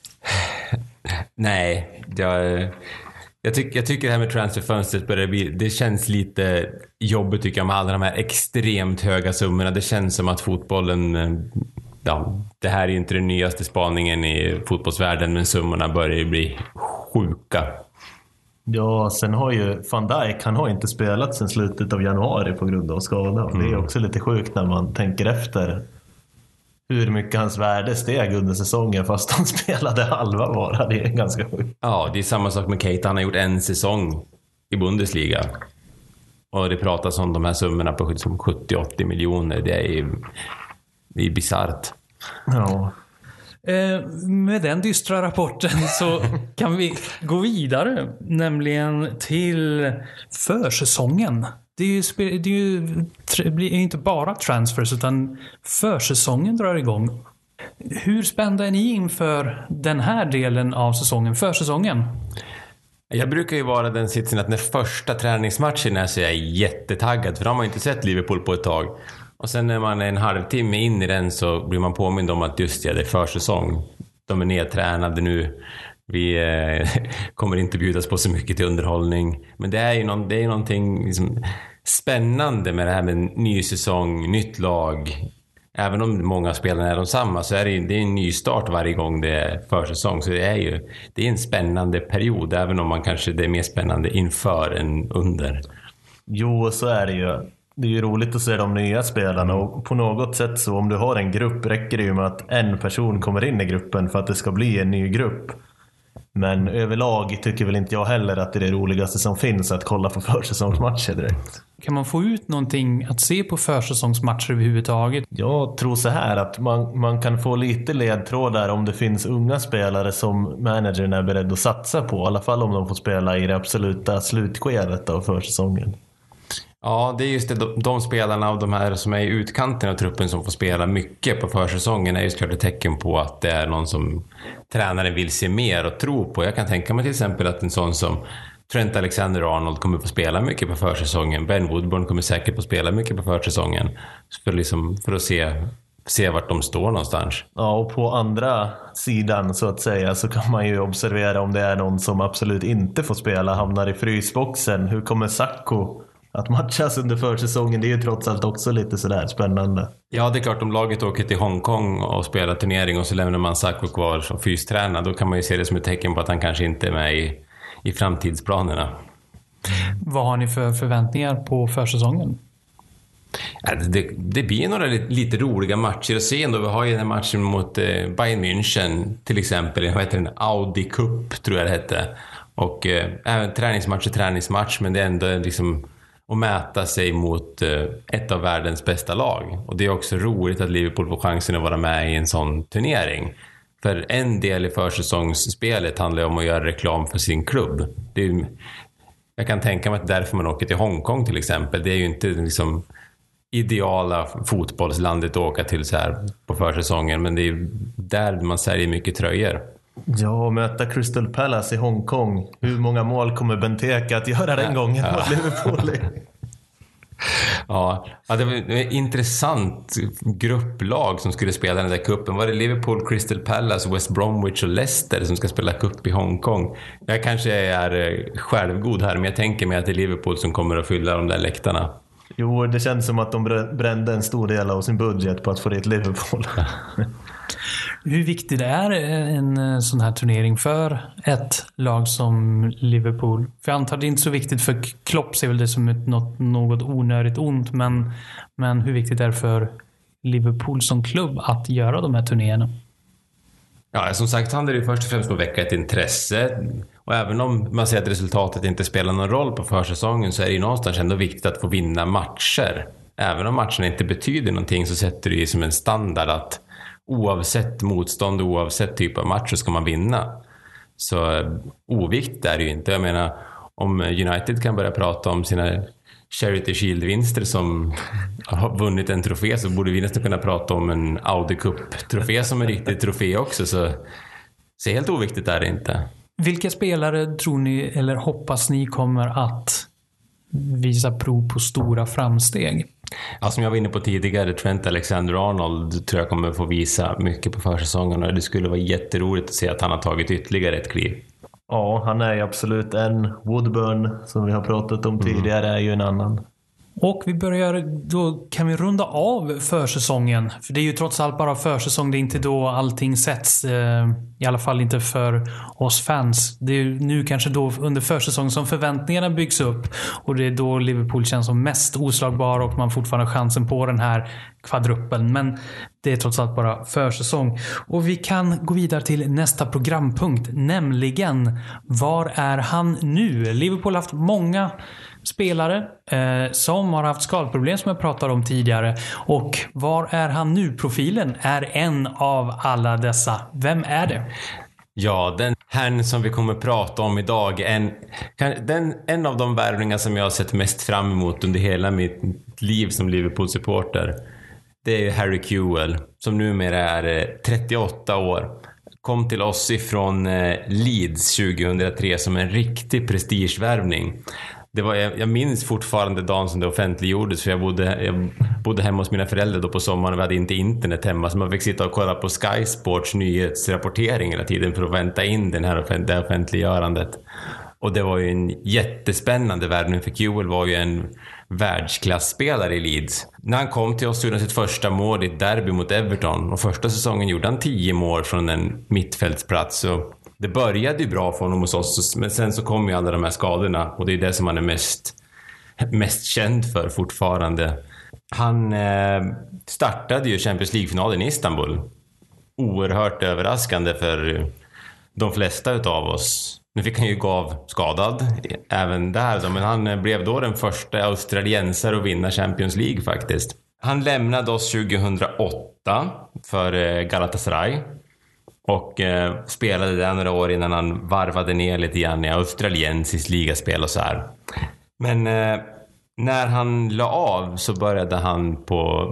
Nej, jag, jag, tyck, jag tycker det här med transferfönstret börjar bli, det känns lite jobbigt tycker jag, med alla de här extremt höga summorna. Det känns som att fotbollen, ja, det här är inte den nyaste spaningen i fotbollsvärlden, men summorna börjar bli sjuka. Ja, sen har ju Van Dijk, han har inte spelat sedan slutet av januari på grund av skada. Mm. Det är också lite sjukt när man tänker efter hur mycket hans värde steg under säsongen fast han spelade halva bara. Det är ganska sjukt. Ja, det är samma sak med Keita. Han har gjort en säsong i Bundesliga. Och det pratas om de här summorna på sjuttio åttio miljoner. Det är, det är bizarrt. Ja. Eh, med den dystra rapporten så kan vi gå vidare, nämligen till försäsongen. Det är ju, det är ju det blir inte bara transfers utan försäsongen drar igång. Hur spända är ni inför den här delen av säsongen, försäsongen? Jag brukar ju vara den sitsen att när första träningsmatchen är så är jag jättetaggad, för då har man inte sett Liverpool på ett tag. Och sen när man är en halvtimme in i den så blir man påmind om att just ja, det är försäsong. De är nedtränade nu. Vi eh, kommer inte bjudas på så mycket till underhållning. Men det är ju någon, det är någonting liksom spännande med det här med ny säsong, nytt lag. Även om många spelarna är de samma så är det, det är en ny start varje gång det är försäsong. Så det är ju det är en spännande period, även om man kanske det är mer spännande inför än under. Jo, så är det ju. Det är ju roligt att se de nya spelarna och på något sätt så om du har en grupp räcker det ju med att en person kommer in i gruppen för att det ska bli en ny grupp. Men överlag tycker väl inte jag heller att det är det roligaste som finns att kolla på försäsongsmatcher direkt. Kan man få ut någonting att se på försäsongsmatcher överhuvudtaget? Jag tror så här att man, man kan få lite ledtrådar om det finns unga spelare som managern är beredd att satsa på. I alla fall om de får spela i det absoluta slutskedet av försäsongen. Ja, det är just det, de, de spelarna av de här som är i utkanten av truppen som får spela mycket på försäsongen är ju såklart ett tecken på att det är någon som tränaren vill se mer och tro på. Jag kan tänka mig till exempel att en sån som Trent Alexander-Arnold kommer få spela mycket på försäsongen. Ben Woodburn kommer säkert få spela mycket på försäsongen för, liksom, för att se, se vart de står någonstans. Ja, och på andra sidan så att säga så kan man ju observera om det är någon som absolut inte får spela, hamnar i frysboxen. Hur kommer Sakho att matchas under försäsongen? Det är ju trots allt också lite sådär spännande. Ja, det är klart, om laget åker till Hongkong och spelar turnering och så lämnar man Sakho kvar som fystränar, då kan man ju se det som ett tecken på att han kanske inte är med i, i framtidsplanerna. Vad har ni för förväntningar på försäsongen? Det, det blir några lite, lite roliga matcher att se ändå. Vi har ju den här matchen mot eh, Bayern München till exempel. Vad heter den? Audi Cup tror jag det hette. Och eh, även träningsmatch är träningsmatch, men det är ändå liksom att mäta sig mot eh, ett av världens bästa lag. Och det är också roligt att Liverpool får chansen att vara med i en sån turnering. För en del i försäsongsspelet handlar om att göra reklam för sin klubb. Det är, jag kan tänka mig att därför man åker till Hongkong till exempel. Det är ju inte liksom ideala fotbollslandet att åka till så här på försäsongen, men det är där man säljer mycket tröjor. Ja, möta Crystal Palace i Hongkong. Hur många mål kommer Benteke att göra den gången ja. mot Liverpool? Ja, ja, det var ett intressant grupplag som skulle spela den där kuppen. Var det Liverpool, Crystal Palace, West Bromwich och Leicester som ska spela kupp i Hongkong? Jag kanske är självgod här, men jag tänker mig att det är Liverpool som kommer att fylla de där läktarna. Jo, det känns som att de brände en stor del av sin budget på att få dit Liverpool. Hur viktigt är en sån här turnering för ett lag som Liverpool? För jag antar det är inte så viktigt för Klopp, ser väl det som ett, något, något onödigt ont, men, men hur viktigt är det för Liverpool som klubb att göra de här turnéerna? Ja, som sagt handlar det först och främst om att väcka ett intresse. Och även om man ser att resultatet inte spelar någon roll på försäsongen, så är det ju någonstans ändå viktigt att få vinna matcher. Även om matcherna inte betyder någonting så sätter det ju som en standard att oavsett motstånd och oavsett typ av match så ska man vinna. Så oviktigt är det ju inte. Jag menar, om United kan börja prata om sina Charity Shield-vinster som har vunnit en trofé, så borde vi nästan kunna prata om en Audi Cup-trofé som en riktig trofé också. Så, så helt oviktigt är det inte. Vilka spelare tror ni eller hoppas ni kommer att visa prov på stora framsteg? Ja, som jag var inne på tidigare, Trent Alexander-Arnold tror jag kommer få visa mycket på försäsongen, och det skulle vara jätteroligt att se att han har tagit ytterligare ett kliv. Ja, han är ju absolut en. Woodburn, som vi har pratat om tidigare, är ju en annan. Och vi börjar, då kan vi runda av försäsongen. För det är ju trots allt bara försäsong, det är inte då allting sätts. Eh, I alla fall inte för oss fans. Det är ju nu kanske då under försäsong som förväntningarna byggs upp. Och det är då Liverpool känns som mest oslagbar och man fortfarande har chansen på den här kvadruppeln, men det är trots allt bara försäsong. Och vi kan gå vidare till nästa programpunkt, nämligen var är han nu? Liverpool har haft många spelare eh, som har haft skadproblem som jag pratade om tidigare, och var är han nu? Profilen är en av alla dessa. Vem är det? Ja, den här som vi kommer prata om idag, en, den, en av de värvningar som jag har sett mest fram emot under hela mitt liv som Liverpool-supporter, det är Harry Kewell, som numera är trettioåtta år. Kom till oss ifrån Leeds tjugohundratre som en riktig prestigevärvning. Det var, jag minns fortfarande dagen som det offentliggjordes, för jag bodde, jag bodde hemma hos mina föräldrar då på sommaren och vi hade inte internet hemma, så man fick sitta och kolla på Sky Sports nyhetsrapportering hela tiden för att vänta in den här offent- det offentliggörandet. Och det var ju en jättespännande värvning, för Kewell var ju en världsklasspelare i Leeds. När han kom till oss gjorde han sitt första mål i ett derby mot Everton, och första säsongen gjorde han tio mål från en mittfältsplats. Så det började ju bra för honom hos oss, men sen så kom ju alla de här skadorna, och det är det som han är mest, mest känd för fortfarande. Han eh, startade ju Champions League-finalen i Istanbul. Oerhört överraskande för de flesta utav oss. Nu fick han ju gå av skadad även där då, men han blev då den första australiensare att vinna Champions League faktiskt. Han lämnade oss tjugohundraåtta för Galatasaray och eh, spelade där några år innan han varvade ner lite grann i australiensisk ligaspel och så här. Men eh, när han la av så började han på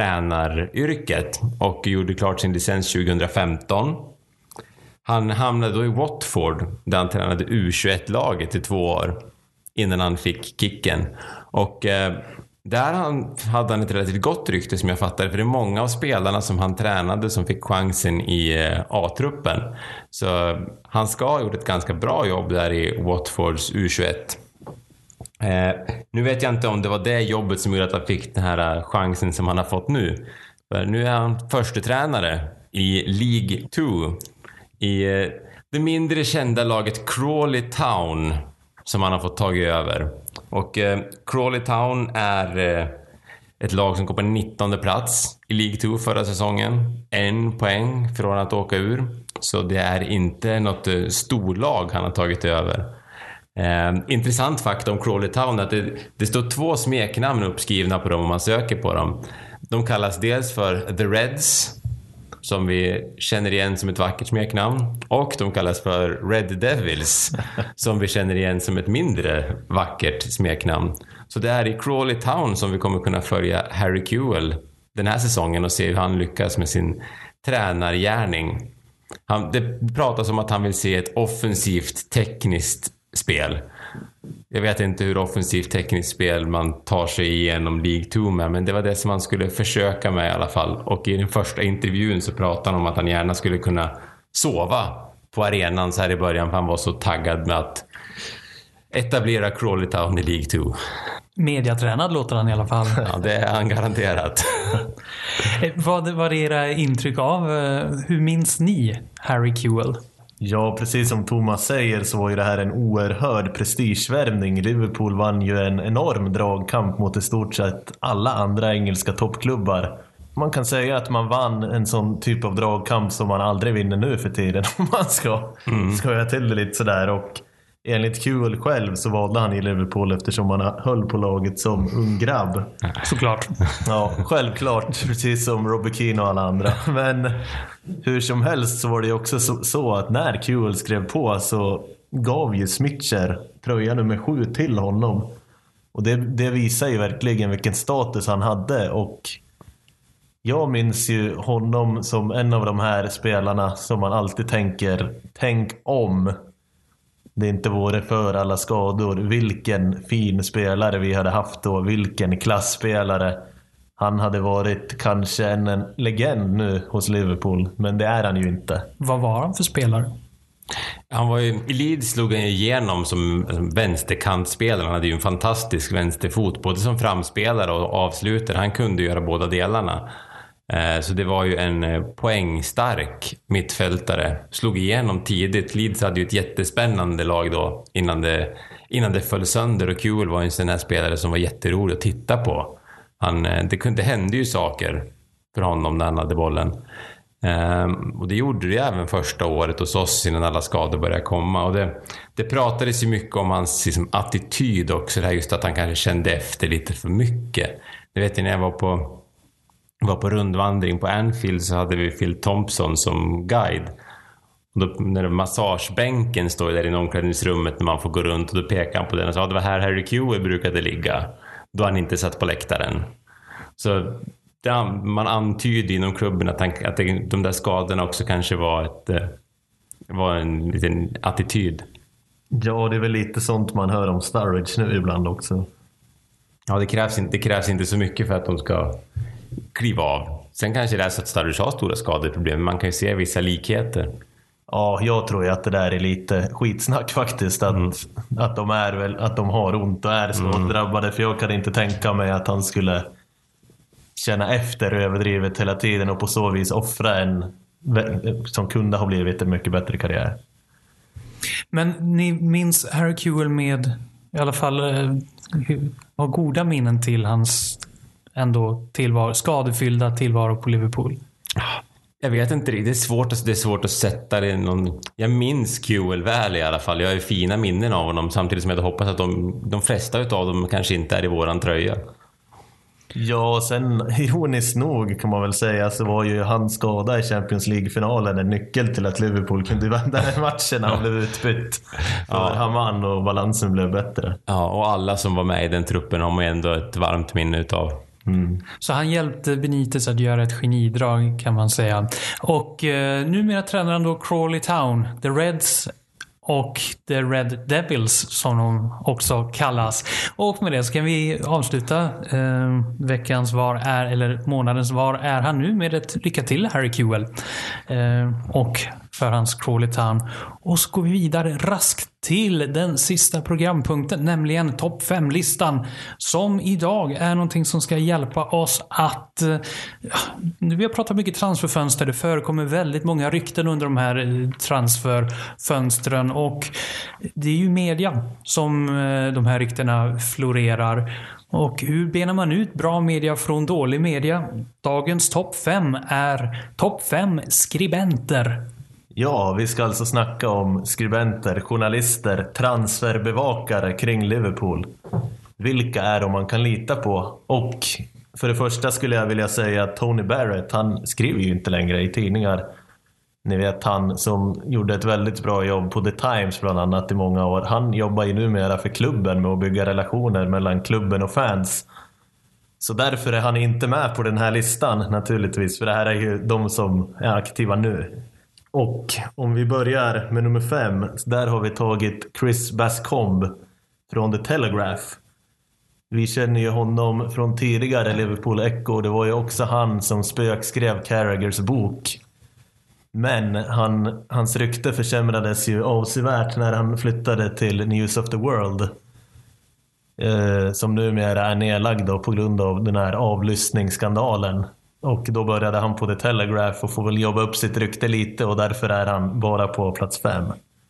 tränaryrket och gjorde klart sin licens tjugohundrafemton. Han hamnade då i Watford där han tränade U tjugoett-laget i två år innan han fick kicken. Och eh, där han, hade han ett relativt gott rykte som jag fattade, för det är många av spelarna som han tränade som fick chansen i eh, A-truppen. Så han ska ha gjort ett ganska bra jobb där i Watfords U tjugoett. Eh, nu vet jag inte om det var det jobbet som gjorde att han fick den här chansen som han har fått nu. För nu är han första tränare i League två i eh, det mindre kända laget Crawley Town som han har fått tag över. Och eh, Crawley Town är eh, ett lag som går på nittonde plats i League två förra säsongen. En poäng från att åka ur. Så det är inte något eh, storlag han har tagit över. Eh, intressant fakta om Crawley Town är att det, det står två smeknamn uppskrivna på dem om man söker på dem. De kallas dels för The Reds, som vi känner igen som ett vackert smeknamn, och de kallas för Red Devils, som vi känner igen som ett mindre vackert smeknamn. Så det är i Crawley Town som vi kommer kunna följa Harry Kewell den här säsongen och se hur han lyckas med sin tränargärning. Han, det pratas om att han vill se ett offensivt tekniskt spel. Jag vet inte hur offensivt tekniskt spel man tar sig igenom League två med, men det var det som man skulle försöka med i alla fall. Och i den första intervjun så pratade han om att han gärna skulle kunna sova på arenan så här i början, för han var så taggad med att etablera Crawley Town i League två. Mediatränad låter han i alla fall. Ja, det är han garanterat. Vad var era intryck av? Hur minns ni Harry Kewell? Ja, precis som Thomas säger så var ju det här en oerhörd prestigevärvning. Liverpool vann ju en enorm dragkamp mot i stort sett alla andra engelska toppklubbar. Man kan säga att man vann en sån typ av dragkamp som man aldrig vinner nu för tiden, om man ska mm. skoja till det lite sådär. Och enligt Kewell själv så valde han i Liverpool eftersom han höll på laget som ung grabb. Såklart. Ja, självklart. Precis som Robbie Keane och alla andra. Men hur som helst så var det ju också så, så att när Kewell skrev på så gav ju Smitcher tröja nummer sju till honom. Och det, det visar ju verkligen vilken status han hade. Och jag minns ju honom som en av de här spelarna som man alltid tänker, tänk om det inte vore för alla skador. Vilken fin spelare vi hade haft då. Vilken klassspelare. Han hade varit kanske en, en legend nu hos Liverpool. Men det är han ju inte. Vad var han för spelare? Han var ju, i Leeds slog han igenom som, som vänsterkantspelare. Han hade ju en fantastisk vänsterfot. Både som framspelare och avslutare. Han kunde göra båda delarna. Så det var ju en poängstark mittfältare. Slog igenom tidigt. Leeds hade ju ett jättespännande lag då innan det, innan det föll sönder. Och Kewell var ju en sån här spelare som var jätterolig att titta på. Han, det, kunde, det hände ju saker för honom när han hade bollen. Um, och det gjorde det även första året hos oss innan alla skador började komma. Och det, det pratades ju mycket om hans liksom, attityd också. Det här just att han kanske kände efter lite för mycket. Jag vet ju när jag var på, var på rundvandring på Anfield så hade vi Phil Thompson som guide. Och då, när massagebänken står där i omklädningsrummet när man får gå runt, och då pekar han på den och sa att det var här Harry Kewell brukade ligga. Då han inte satt på läktaren. Så det, man antyder inom klubben att, han, att det, de där skadorna också kanske var, ett, var en liten attityd. Ja, det är väl lite sånt man hör om Sturridge nu ibland också. Ja, det krävs inte, det krävs inte så mycket för att de ska kliva av. Sen kanske det är så att Sturridge har stora skadeproblem, men man kan ju se vissa likheter. Ja, jag tror ju att det där är lite skitsnack faktiskt. Att, mm. att, de, är väl, att de har ont och är skaddrabbade. Mm. För jag kan inte tänka mig att han skulle känna efter överdrivet hela tiden och på så vis offra en som kunde ha blivit en mycket bättre karriär. Men ni minns Harry Kewell med i alla fall har goda minnen till hans ändå tillvaro, skadefyllda tillvaro på Liverpool? Jag vet inte, det är svårt att, det är svårt att sätta det i någon... Jag minns Kewell väl i alla fall. Jag har ju fina minnen av honom, samtidigt som jag hoppas att de, de flesta av dem kanske inte är i våran tröja. Ja, sen ironiskt nog kan man väl säga så var ju hans skada i Champions League-finalen en nyckel till att Liverpool kunde vända den matchen när han blev utbytt. För ja. Hamann och balansen blev bättre. Ja, och alla som var med i den truppen har man ändå ett varmt minne utav. Mm. Så han hjälpte Benitez att göra ett genidrag, kan man säga. Och eh, numera tränar han då Crawley Town, The Reds och The Red Devils som de också kallas. Och med det så kan vi avsluta eh, veckans var är, eller månadens var är han nu, med ett lycka till Harry Kewell eh, och för hans Crawley Town. Och så går vi vidare raskt till den sista programpunkten, nämligen topp fem-listan, som idag är någonting som ska hjälpa oss att ja, vi har pratat mycket transferfönster, det förekommer väldigt många rykten under de här transferfönstren, och det är ju media som de här ryktena florerar. Och hur benar man ut bra media från dålig media? Dagens topp fem är topp fem skribenter. Ja, vi ska alltså snacka om skribenter, journalister, transferbevakare kring Liverpool. Vilka är de man kan lita på? Och för det första skulle jag vilja säga att Tony Barrett, han skriver ju inte längre i tidningar. Ni vet, han som gjorde ett väldigt bra jobb på The Times bland annat i många år. Han jobbar ju numera för klubben med att bygga relationer mellan klubben och fans. Så därför är han inte med på den här listan naturligtvis. För det här är ju de som är aktiva nu. Och om vi börjar med nummer fem, där har vi tagit Chris Bascombe från The Telegraph. Vi känner ju honom från tidigare Liverpool Echo. Det var ju också han som spökskrev Carragers bok. Men han, hans rykte försämrades ju avsevärt när han flyttade till News of the World. Eh, som numera är nedlagd då på grund av den här avlyssningsskandalen. Och då började han på The Telegraph och får väl jobba upp sitt rykte lite, och därför är han bara på plats fem.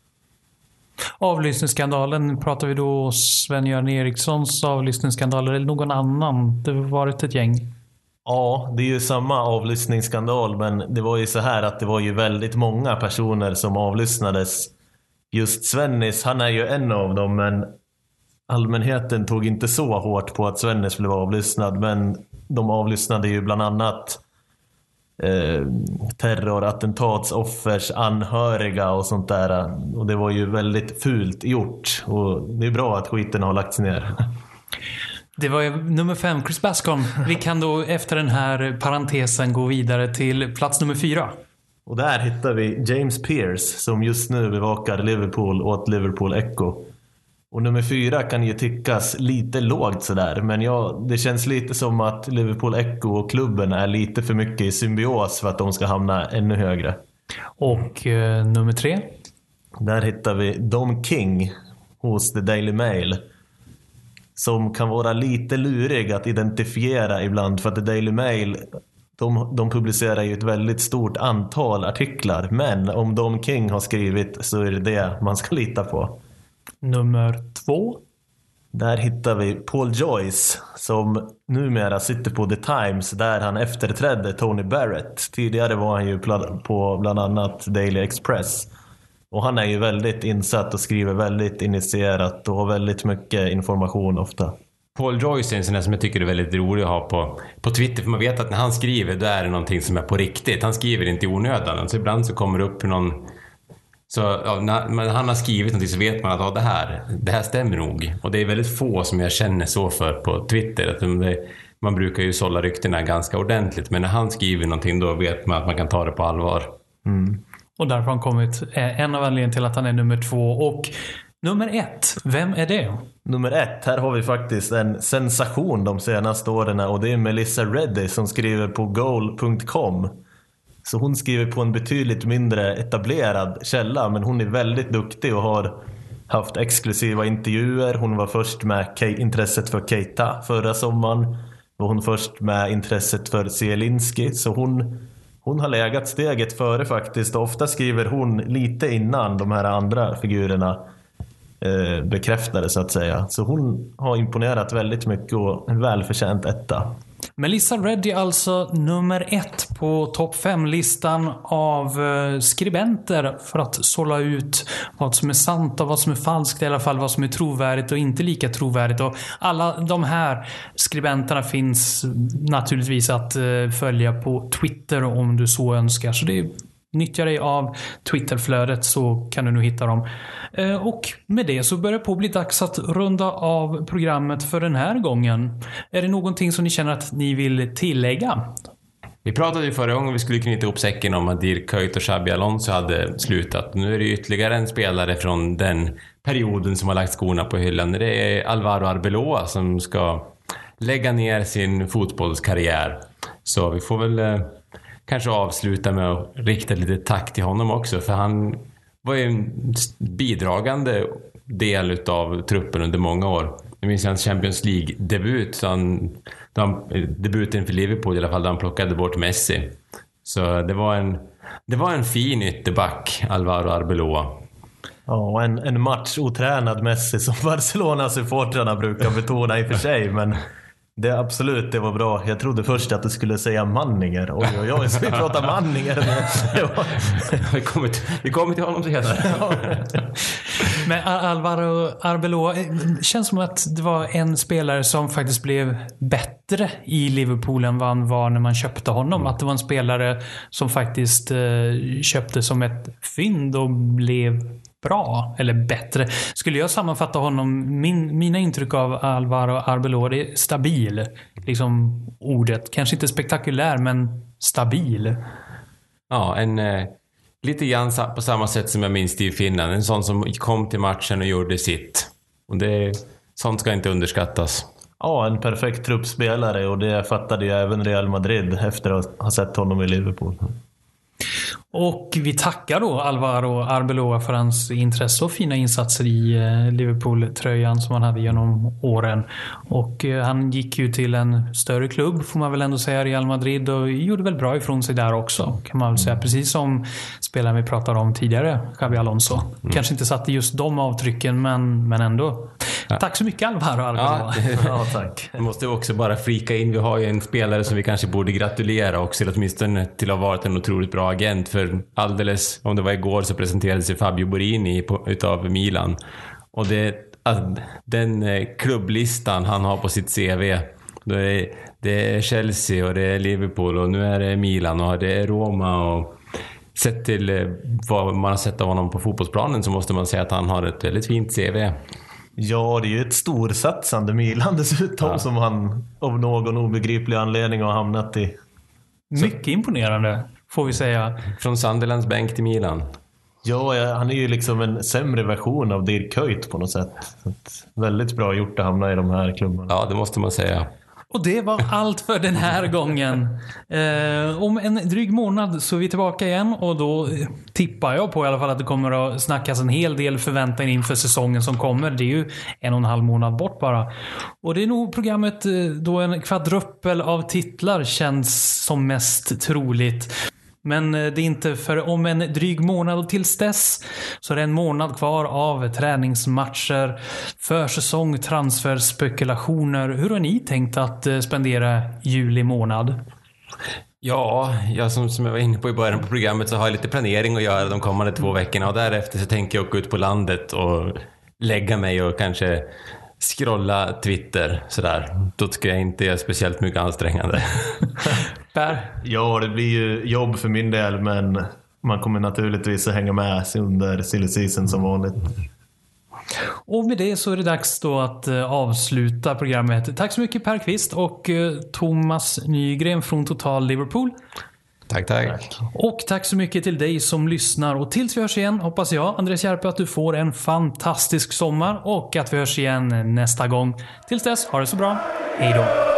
Avlyssningsskandalen, pratar vi då Sven-Göran Erikssons avlyssningsskandal eller någon annan? Det har varit ett gäng. Ja, det är ju samma avlyssningsskandal, men det var ju så här att det var ju väldigt många personer som avlyssnades. Just Svennis, han är ju en av dem, men allmänheten tog inte så hårt på att Svennis blev avlyssnad, men de avlyssnade ju bland annat eh, terrorattentatsoffers anhöriga och sånt där. Och det var ju väldigt fult gjort, och det är bra att skiten har lagts ner. Det var ju nummer fem, Chris Bascombe. Vi kan då efter den här parentesen gå vidare till plats nummer fyra. Och där hittar vi James Pearce som just nu bevakar Liverpool åt Liverpool Echo. Och nummer fyra kan ju tyckas lite lågt sådär, men ja, det känns lite som att Liverpool Echo och klubben är lite för mycket i symbios för att de ska hamna ännu högre. Och eh, nummer tre? Där hittar vi Dom King hos The Daily Mail, som kan vara lite lurig att identifiera ibland, för att The Daily Mail, de, de publicerar ju ett väldigt stort antal artiklar, men om Dom King har skrivit så är det det man ska lita på. Nummer två? Där hittar vi Paul Joyce som numera sitter på The Times där han efterträdde Tony Barrett. Tidigare var han ju på bland annat Daily Express. Och han är ju väldigt insatt och skriver väldigt initierat och har väldigt mycket information ofta. Paul Joyce är en sån där som jag tycker är väldigt rolig att ha på, på Twitter. För man vet att när han skriver, då är det någonting som är på riktigt. Han skriver inte i onödan. Så ibland så kommer det upp någon... Så ja, när han har skrivit någonting så vet man att ja, det, här, det här stämmer nog. Och det är väldigt få som jag känner så för på Twitter. Att det, man brukar ju sålla ryktena ganska ordentligt. Men när han skriver någonting då vet man att man kan ta det på allvar. Mm. Och därför har han kommit en av anledningarna till att han är nummer två. Och nummer ett, vem är det? Nummer ett, här har vi faktiskt en sensation de senaste åren. Och det är Melissa Reddy som skriver på goal punkt com. Så hon skriver på en betydligt mindre etablerad källa. Men hon är väldigt duktig och har haft exklusiva intervjuer. Hon var först med intresset för Keita förra sommaren. Var hon först med intresset för Zielinski. Så hon, hon har legat steget före faktiskt. Och ofta skriver hon lite innan de här andra figurerna eh, bekräftade så att säga. Så hon har imponerat väldigt mycket och en välförtjänt etta. Melissa Reddy alltså nummer ett på topp fem-listan av skribenter för att sålla ut vad som är sant och vad som är falskt, i alla fall vad som är trovärdigt och inte lika trovärdigt. Och alla de här skribenterna finns naturligtvis att följa på Twitter om du så önskar. Så det är nyttja dig av Twitterflödet så kan du nog hitta dem. Och med det så börjar det på bli dags att runda av programmet för den här gången. Är det någonting som ni känner att ni vill tillägga? Vi pratade ju förra gången vi skulle knyta ihop säcken om att Dirk Kuyt och Xabi Alonso hade slutat. Nu är det ytterligare en spelare från den perioden som har lagt skorna på hyllan. Det är Alvaro Arbeloa som ska lägga ner sin fotbollskarriär. Så vi får väl kanske avsluta med att rikta lite tack till honom också. För han var ju en bidragande del av truppen under många år. Jag minns hans Champions League-debut. Så han, han, debuten för Liverpool i alla fall, där han plockade bort Messi. Så det var en, det var en fin ytterback, Alvaro Arbeloa. Ja, och en, en match otränad Messi som Barcelona-supportrarna brukar betona i och för sig, men det absolut, det var bra. Jag trodde först att du skulle säga Manninger. Oj, oj, oj, så vi pratar Manninger. vi, kommer till, vi kommer till honom senare. Men Alvaro Arbeloa, känns som att det var en spelare som faktiskt blev bättre i Liverpool än vad han var när man köpte honom. Att det var en spelare som faktiskt eh, köpte som ett fynd och blev bra eller bättre. Skulle jag sammanfatta honom, min, mina intryck av Alvaro Arbeloa, det är stabil. Liksom ordet. Kanske inte spektakulär, men stabil. Ja, en eh, lite grann på samma sätt som jag minns i Finland. En sån som kom till matchen och gjorde sitt. Och det, sånt ska inte underskattas. Ja, en perfekt truppspelare, och det fattade ju även Real Madrid efter att ha sett honom i Liverpool. Och vi tackar då Alvaro Arbeloa för hans intresse och fina insatser i Liverpool-tröjan som han hade genom åren. Och han gick ju till en större klubb, får man väl ändå säga, Real Madrid, och gjorde väl bra ifrån sig där också, kan man väl säga. Precis som spelaren vi pratade om tidigare, Xabi Alonso. Mm. Kanske inte satt i just de avtrycken, men, men ändå. Ja. Tack så mycket Alvaro Arbeloa. Ja, ja, tack. Jag måste också bara flika in, vi har ju en spelare som vi kanske borde gratulera också, eller åtminstone till att ha varit en otroligt bra agent. För alldeles, om det var igår, så presenterade sig Fabio Borini på, utav Milan. Och det, den klubblistan han har på sitt C V, det är, det är Chelsea och det är Liverpool och nu är det Milan och det är Roma. Och sett till vad man har sett av honom på fotbollsplanen så måste man säga att han har ett väldigt fint C V. Ja, det är ju ett storsatsande Milan dessutom, ja, som han av någon obegriplig anledning har hamnat i. Mycket så imponerande, får vi säga. Från Sunderlands bänk till Milan. Ja, han är ju liksom en sämre version av Dirk Kuyt på något sätt. Så väldigt bra gjort att hamna i de här klubbarna. Ja, det måste man säga. Och det var allt för den här gången. Eh, om en dryg månad så är vi tillbaka igen. Och då tippar jag på i alla fall att det kommer att snackas en hel del förväntan inför säsongen som kommer. Det är ju en och en halv månad bort bara. Och det är nog programmet då en kvadruppel av titlar känns som mest troligt. Men det är inte för om en dryg månad och tills dess så är det en månad kvar av träningsmatcher, försäsong, transferspekulationer. Hur har ni tänkt att spendera juli månad? Ja, jag som, som jag var inne på i början på programmet så har jag lite planering att göra de kommande två veckorna och därefter så tänker jag åka ut på landet och lägga mig och kanske scrolla Twitter sådär. Då ska jag inte göra speciellt mycket ansträngande. Per? Ja, det blir ju jobb för min del, men man kommer naturligtvis att hänga med under silly season som vanligt. Och med det så är det dags då att uh, avsluta programmet. Tack så mycket Per Kvist och uh, Thomas Nygren från Total Liverpool. Tack, tack. Och tack så mycket till dig som lyssnar. Och tills vi hörs igen hoppas jag, Andreas Järpe, att du får en fantastisk sommar och att vi hörs igen nästa gång. Tills dess, ha det så bra. Hej då.